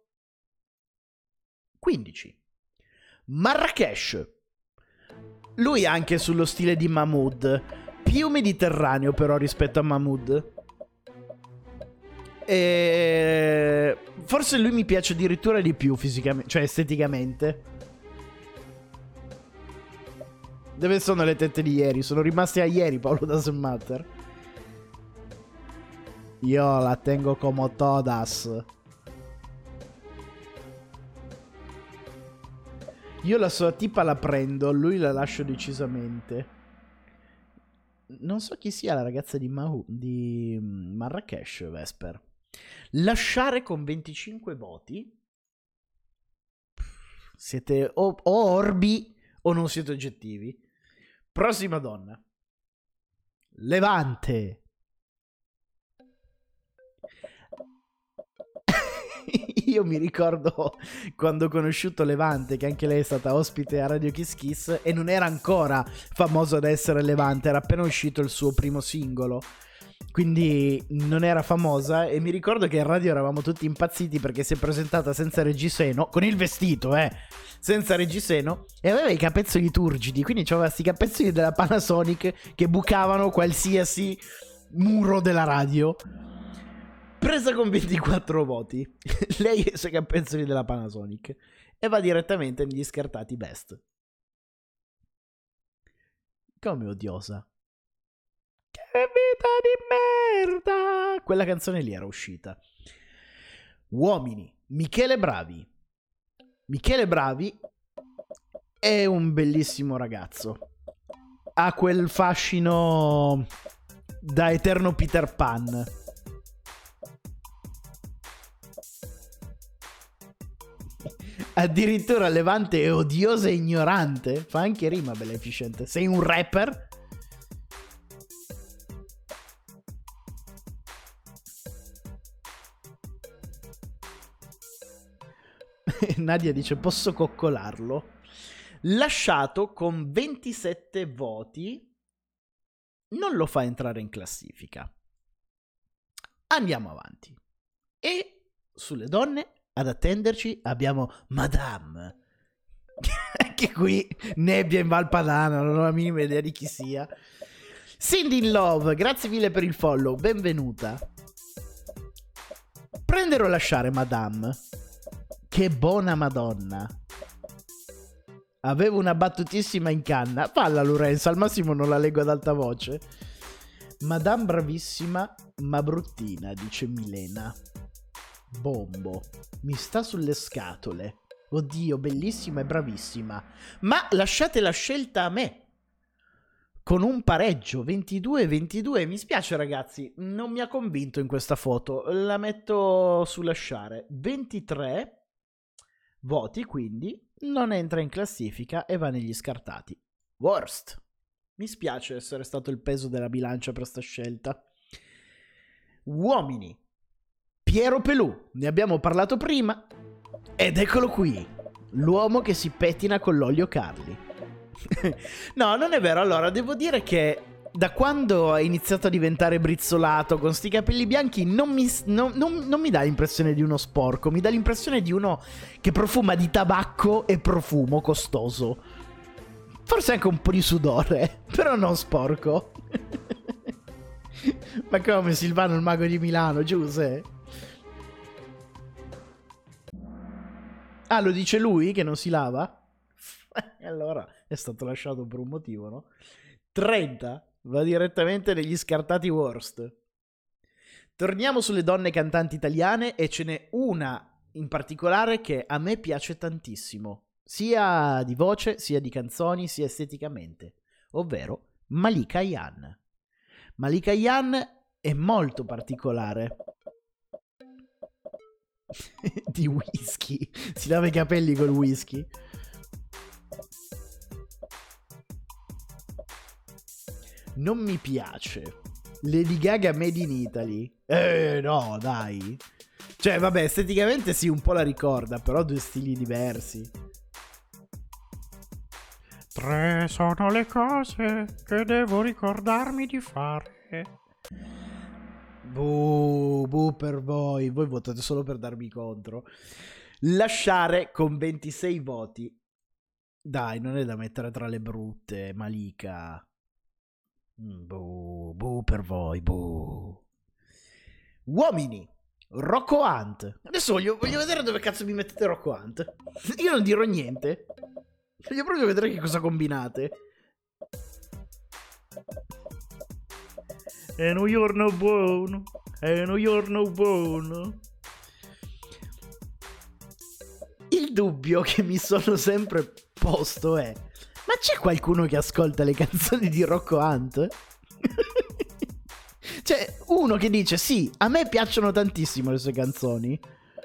15. Marrakesh. Lui anche sullo stile di Mahmood, più mediterraneo però rispetto a Mahmood. E forse lui mi piace addirittura di più fisicamente, cioè esteticamente. Dove sono le tette di ieri? Sono rimaste a ieri, Paolo Doesn't Matter. Io la tengo como todas. Io la sua tipa la prendo, lui la lascio decisamente. Non so chi sia la ragazza di Marrakesh, Vesper. Lasciare con 25 voti. Siete o orbi o non siete oggettivi. Prossima donna. Levante. Io mi ricordo quando ho conosciuto Levante, che anche lei è stata ospite a Radio Kiss Kiss, e non era ancora famoso ad essere Levante, era appena uscito il suo primo singolo, quindi non era famosa. E mi ricordo che in radio eravamo tutti impazziti perché si è presentata senza reggiseno, con il vestito senza reggiseno, e aveva i capezzoli turgidi, quindi c'aveva questi capezzoli della Panasonic che bucavano qualsiasi muro della radio. Presa con 24 voti. Lei e i suoi capezzoli della Panasonic. E va direttamente negli scartati best. Come odiosa. Che vita di merda. Quella canzone lì era uscita. Uomini. Michele Bravi. Michele Bravi è un bellissimo ragazzo. Ha quel fascino da eterno Peter Pan. Addirittura Levante è odiosa e ignorante. Fa anche rima beneficente. Sei un rapper? Nadia dice posso coccolarlo. Lasciato con 27 voti. Non lo fa entrare in classifica. Andiamo avanti. E sulle donne ad attenderci abbiamo Madame. Che qui nebbia in Valpadana, non ho la minima idea di chi sia. Cindy in Love, grazie mille per il follow, benvenuta. Prendere o lasciare Madame? Che buona Madonna. Avevo una battutissima in canna. Falla Lorenzo, al massimo non la leggo ad alta voce. Madame bravissima ma bruttina, dice Milena. Bombo, mi sta sulle scatole. Oddio, bellissima e bravissima. Ma lasciate la scelta a me. Con un pareggio 22-22. Mi spiace ragazzi, non mi ha convinto in questa foto. La metto su lasciare. 23 voti, quindi non entra in classifica e va negli scartati. Worst. Mi spiace essere stato il peso della bilancia per sta scelta. Uomini. Piero Pelù, ne abbiamo parlato prima, ed eccolo qui, l'uomo che si pettina con l'olio Carli. No, non è vero, allora devo dire che da quando ha iniziato a diventare brizzolato con sti capelli bianchi non mi dà l'impressione di uno sporco, mi dà l'impressione di uno che profuma di tabacco e profumo costoso. Forse anche un po' di sudore, però non sporco. Ma come Silvano il mago di Milano, Giuseppe? Ah, lo dice lui che non si lava? Allora è stato lasciato per un motivo, no? 30 va direttamente negli scartati worst. Torniamo sulle donne cantanti italiane e ce n'è una in particolare che a me piace tantissimo, sia di voce, sia di canzoni, sia esteticamente, ovvero Malika Ayane. Malika Yan è molto particolare. Di whisky. Si lava i capelli col whisky. Non mi piace. Lady Gaga Made in Italy. No, dai. Cioè, vabbè, esteticamente sì, un po' la ricorda, però due stili diversi. 3 sono le cose che devo ricordarmi di fare. Buh per voi. Voi votate solo per darmi contro. Lasciare con 26 voti. Dai, non è da mettere tra le brutte, Malika. Buh per voi, buh. Uomini, Rocco Hunt. Adesso voglio vedere dove cazzo mi mettete Rocco Hunt. Io non dirò niente. Voglio proprio vedere che cosa combinate. È un giorno buono. È un giorno buono. Il dubbio che mi sono sempre posto è: ma c'è qualcuno che ascolta le canzoni di Rocco Hunt? Cioè, uno che dice sì, a me piacciono tantissimo le sue canzoni.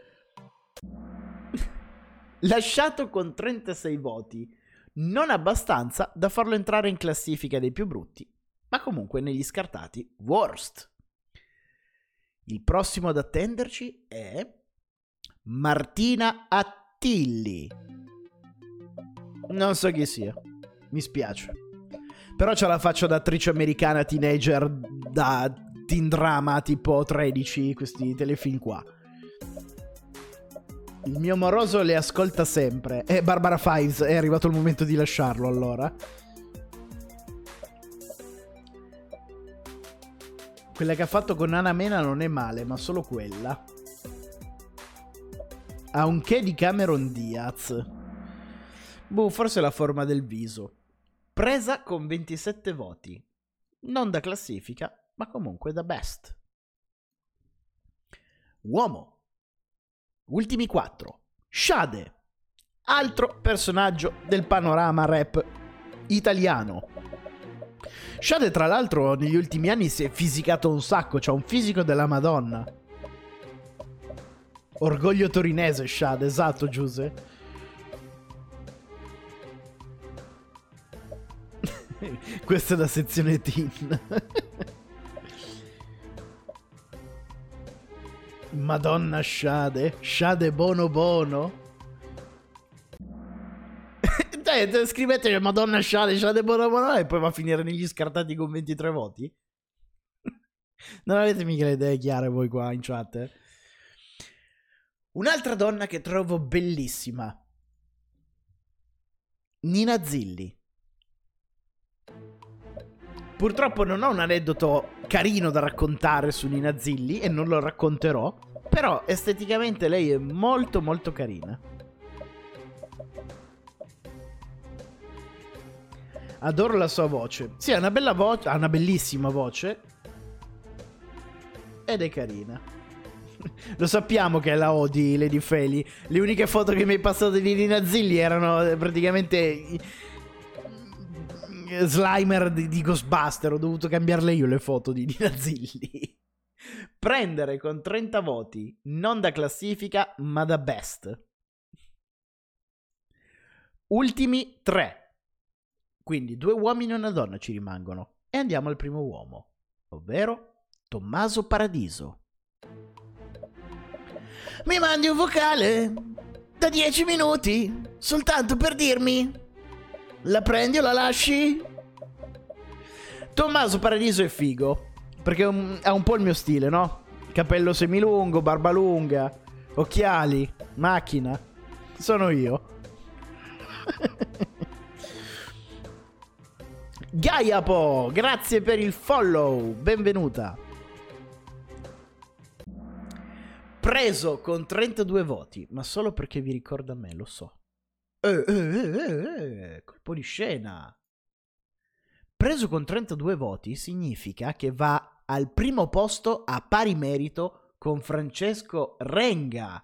Lasciato con 36 voti, non abbastanza da farlo entrare in classifica dei più brutti, ma comunque negli scartati worst. Il prossimo ad attenderci è Martina Attilli. Non so chi sia, mi spiace. Però c'ha la faccia da attrice americana teenager da teen drama tipo 13, questi telefilm qua. Il mio moroso le ascolta sempre. Barbara Fives, è arrivato il momento di lasciarlo allora. Quella che ha fatto con Anna Mena non è male, ma solo quella. Ha un che di Cameron Diaz. Boh, forse la forma del viso. Presa con 27 voti. Non da classifica, ma comunque da best. Uomo. Ultimi 4. Sade. Altro personaggio del panorama rap italiano. Sade, tra l'altro, negli ultimi anni si è fisicato un sacco. C'ha un fisico della Madonna. Orgoglio torinese, Sade, esatto, Giuse. Questa è la sezione teen. Madonna Sade. Sade bono bono. Scrivete Madonna Sade, Sade bono bono e poi va a finire negli scartati con 23 voti. Non avete mica le idee chiare voi qua in chat. Un'altra donna che trovo bellissima. Nina Zilli. Purtroppo non ho un aneddoto carino da raccontare su Nina Zilli e non lo racconterò, però esteticamente lei è molto molto carina. Adoro la sua voce. Sì, ha una bella voce, ha una bellissima voce ed è carina. Lo sappiamo che la odi, Lady Feli. Le uniche foto che mi hai passato di Nina Zilli erano praticamente Slimer di Ghostbuster. Ho dovuto cambiarle io le foto di Nina Zilli. Prendere con 30 voti, non da classifica ma da best. Ultimi 3. Quindi 2 uomini e una donna ci rimangono. E andiamo al primo uomo, ovvero Tommaso Paradiso. Mi mandi un vocale da 10 minuti soltanto per dirmi: la prendi o la lasci? Tommaso Paradiso è figo perché ha un po' il mio stile, no? Capello semilungo, barba lunga, occhiali, macchina. Sono io. Gaiapo, grazie per il follow, benvenuta. Preso con 32 voti, ma solo perché vi ricorda me, lo so. Colpo di scena. Preso con 32 voti significa che va al primo posto a pari merito con Francesco Renga.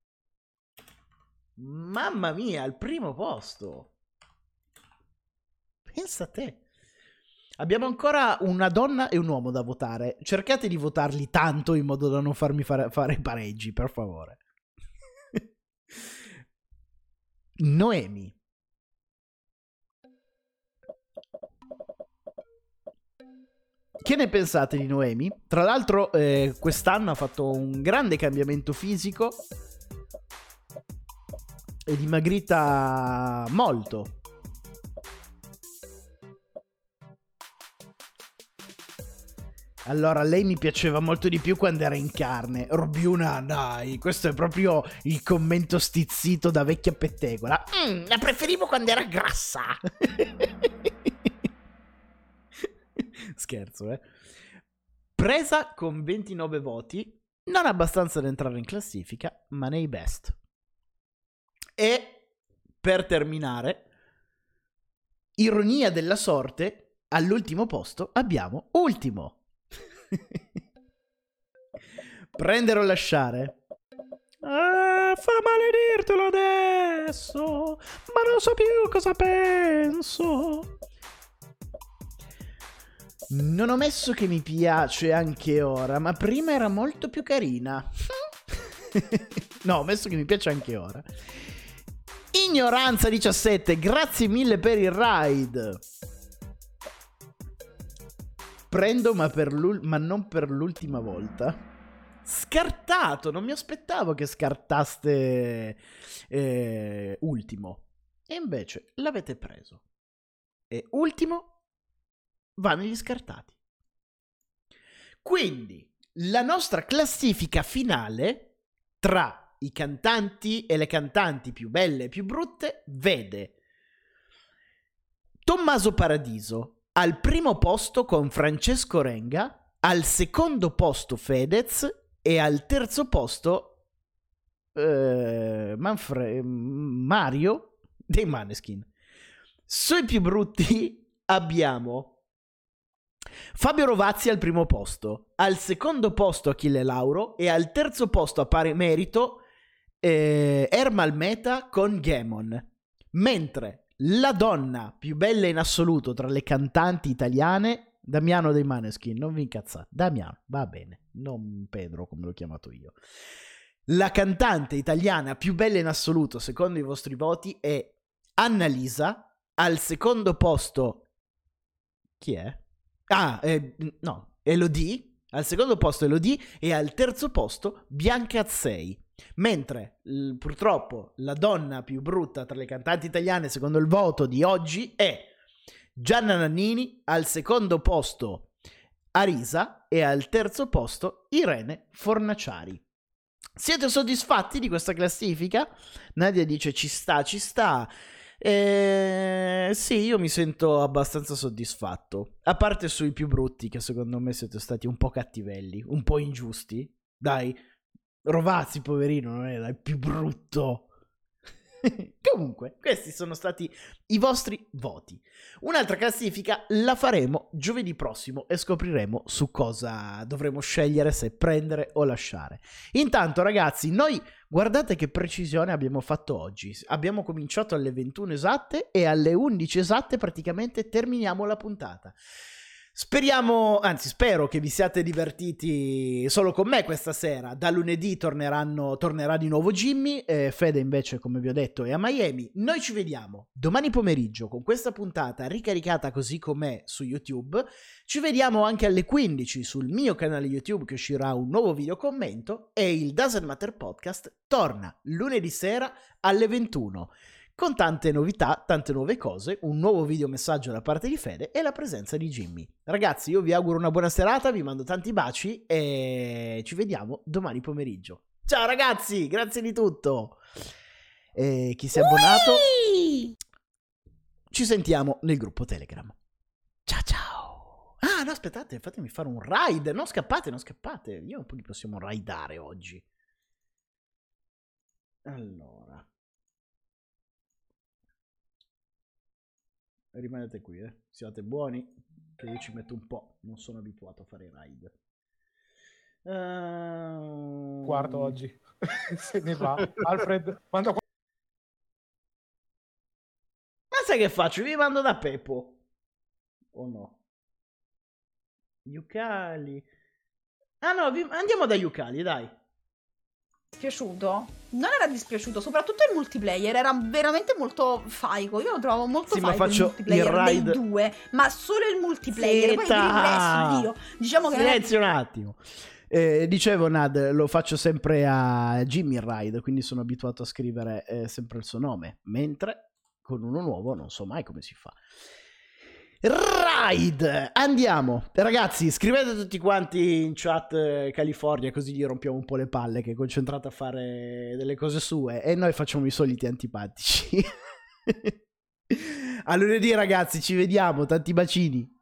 Mamma mia, al primo posto. Pensa a te. Abbiamo ancora una donna e un uomo da votare. Cercate di votarli tanto in modo da non farmi fare pareggi, per favore. Noemi. Che ne pensate di Noemi? Tra l'altro quest'anno ha fatto un grande cambiamento fisico. È dimagrita molto. Allora, lei mi piaceva molto di più quando era in carne. Robiuna, dai, questo è proprio il commento stizzito da vecchia pettegola. La preferivo quando era grassa. Scherzo, Presa con 29 voti, non abbastanza da entrare in classifica, ma nei best. E, per terminare, ironia della sorte, all'ultimo posto abbiamo Ultimo. Prendere o lasciare? Fa male dirtelo adesso, ma non so più cosa penso. Non ho messo che mi piace anche ora, ma prima era molto più carina. No, ho messo che mi piace anche ora. Ignoranza 17, grazie mille per il ride. Prendo ma non per l'ultima volta. Scartato, non mi aspettavo che scartaste Ultimo. E invece l'avete preso. E Ultimo va negli scartati. Quindi la nostra classifica finale tra i cantanti e le cantanti più belle e più brutte vede Tommaso Paradiso al primo posto con Francesco Renga, al secondo posto Fedez e al terzo posto Mario dei Maneskin. Sui più brutti abbiamo Fabio Rovazzi al primo posto, al secondo posto Achille Lauro e al terzo posto a pari merito Ermal Meta con Gamon. Mentre la donna più bella in assoluto tra le cantanti italiane, Damiano dei Maneskin, non vi incazzate, Damiano, va bene, non Pedro come l'ho chiamato io. La cantante italiana più bella in assoluto, secondo i vostri voti, è Annalisa, al secondo posto chi è? Elodie, al secondo posto Elodie e al terzo posto Bianca Azzei. Mentre purtroppo la donna più brutta tra le cantanti italiane secondo il voto di oggi è Gianna Nannini, al secondo posto Arisa e al terzo posto Irene Fornaciari. Siete soddisfatti di questa classifica? Nadia dice ci sta. Sì, io mi sento abbastanza soddisfatto. A parte sui più brutti, che secondo me siete stati un po' cattivelli, un po' ingiusti. Dai, Rovazzi, poverino, non era il più brutto. Comunque, questi sono stati i vostri voti. Un'altra classifica la faremo giovedì prossimo e scopriremo su cosa dovremo scegliere, se prendere o lasciare. Intanto, ragazzi, noi guardate che precisione abbiamo fatto oggi. Abbiamo cominciato alle 21 esatte e alle 11 esatte praticamente terminiamo la puntata. Spero che vi siate divertiti solo con me questa sera. Da lunedì tornerà di nuovo Jimmy, Fede invece, come vi ho detto, è a Miami. Noi ci vediamo domani pomeriggio con questa puntata ricaricata così com'è su YouTube. Ci vediamo anche alle 15 sul mio canale YouTube, che uscirà un nuovo video commento, e il Doesn't Matter Podcast torna lunedì sera alle 21. Con tante novità, tante nuove cose, un nuovo video messaggio da parte di Fede e la presenza di Jimmy. Ragazzi, io vi auguro una buona serata, vi mando tanti baci e ci vediamo domani pomeriggio. Ciao ragazzi, grazie di tutto. E chi si è abbonato, ci sentiamo nel gruppo Telegram. Ciao. Ah, no, aspettate, fatemi fare un ride. Non scappate. Io un po' li possiamo raidare oggi. Allora. Rimanete qui, siate buoni, che io ci metto un po', non sono abituato a fare ride. Quarto oggi. Se ne va. Alfred, manda. Ma sai che faccio? Vi mando da Peppo. O no? Yukali. Ah no, andiamo da Yukali, dai. Dispiaciuto? Non era dispiaciuto, soprattutto il multiplayer era veramente molto faico. Io lo trovo molto Sì, ma faico il faccio multiplayer il ride- dei due, ma solo il multiplayer. Poi per il resto, Dio, diciamo che Silenzio un attimo. Dicevo Nad, lo faccio sempre a Jimmy Ride, quindi sono abituato a scrivere sempre il suo nome, mentre con uno nuovo non so mai come si fa. Ride, andiamo ragazzi, scrivete tutti quanti in chat California, così gli rompiamo un po' le palle che è concentrato a fare delle cose sue e noi facciamo i soliti antipatici. A lunedì ragazzi, ci vediamo, tanti bacini.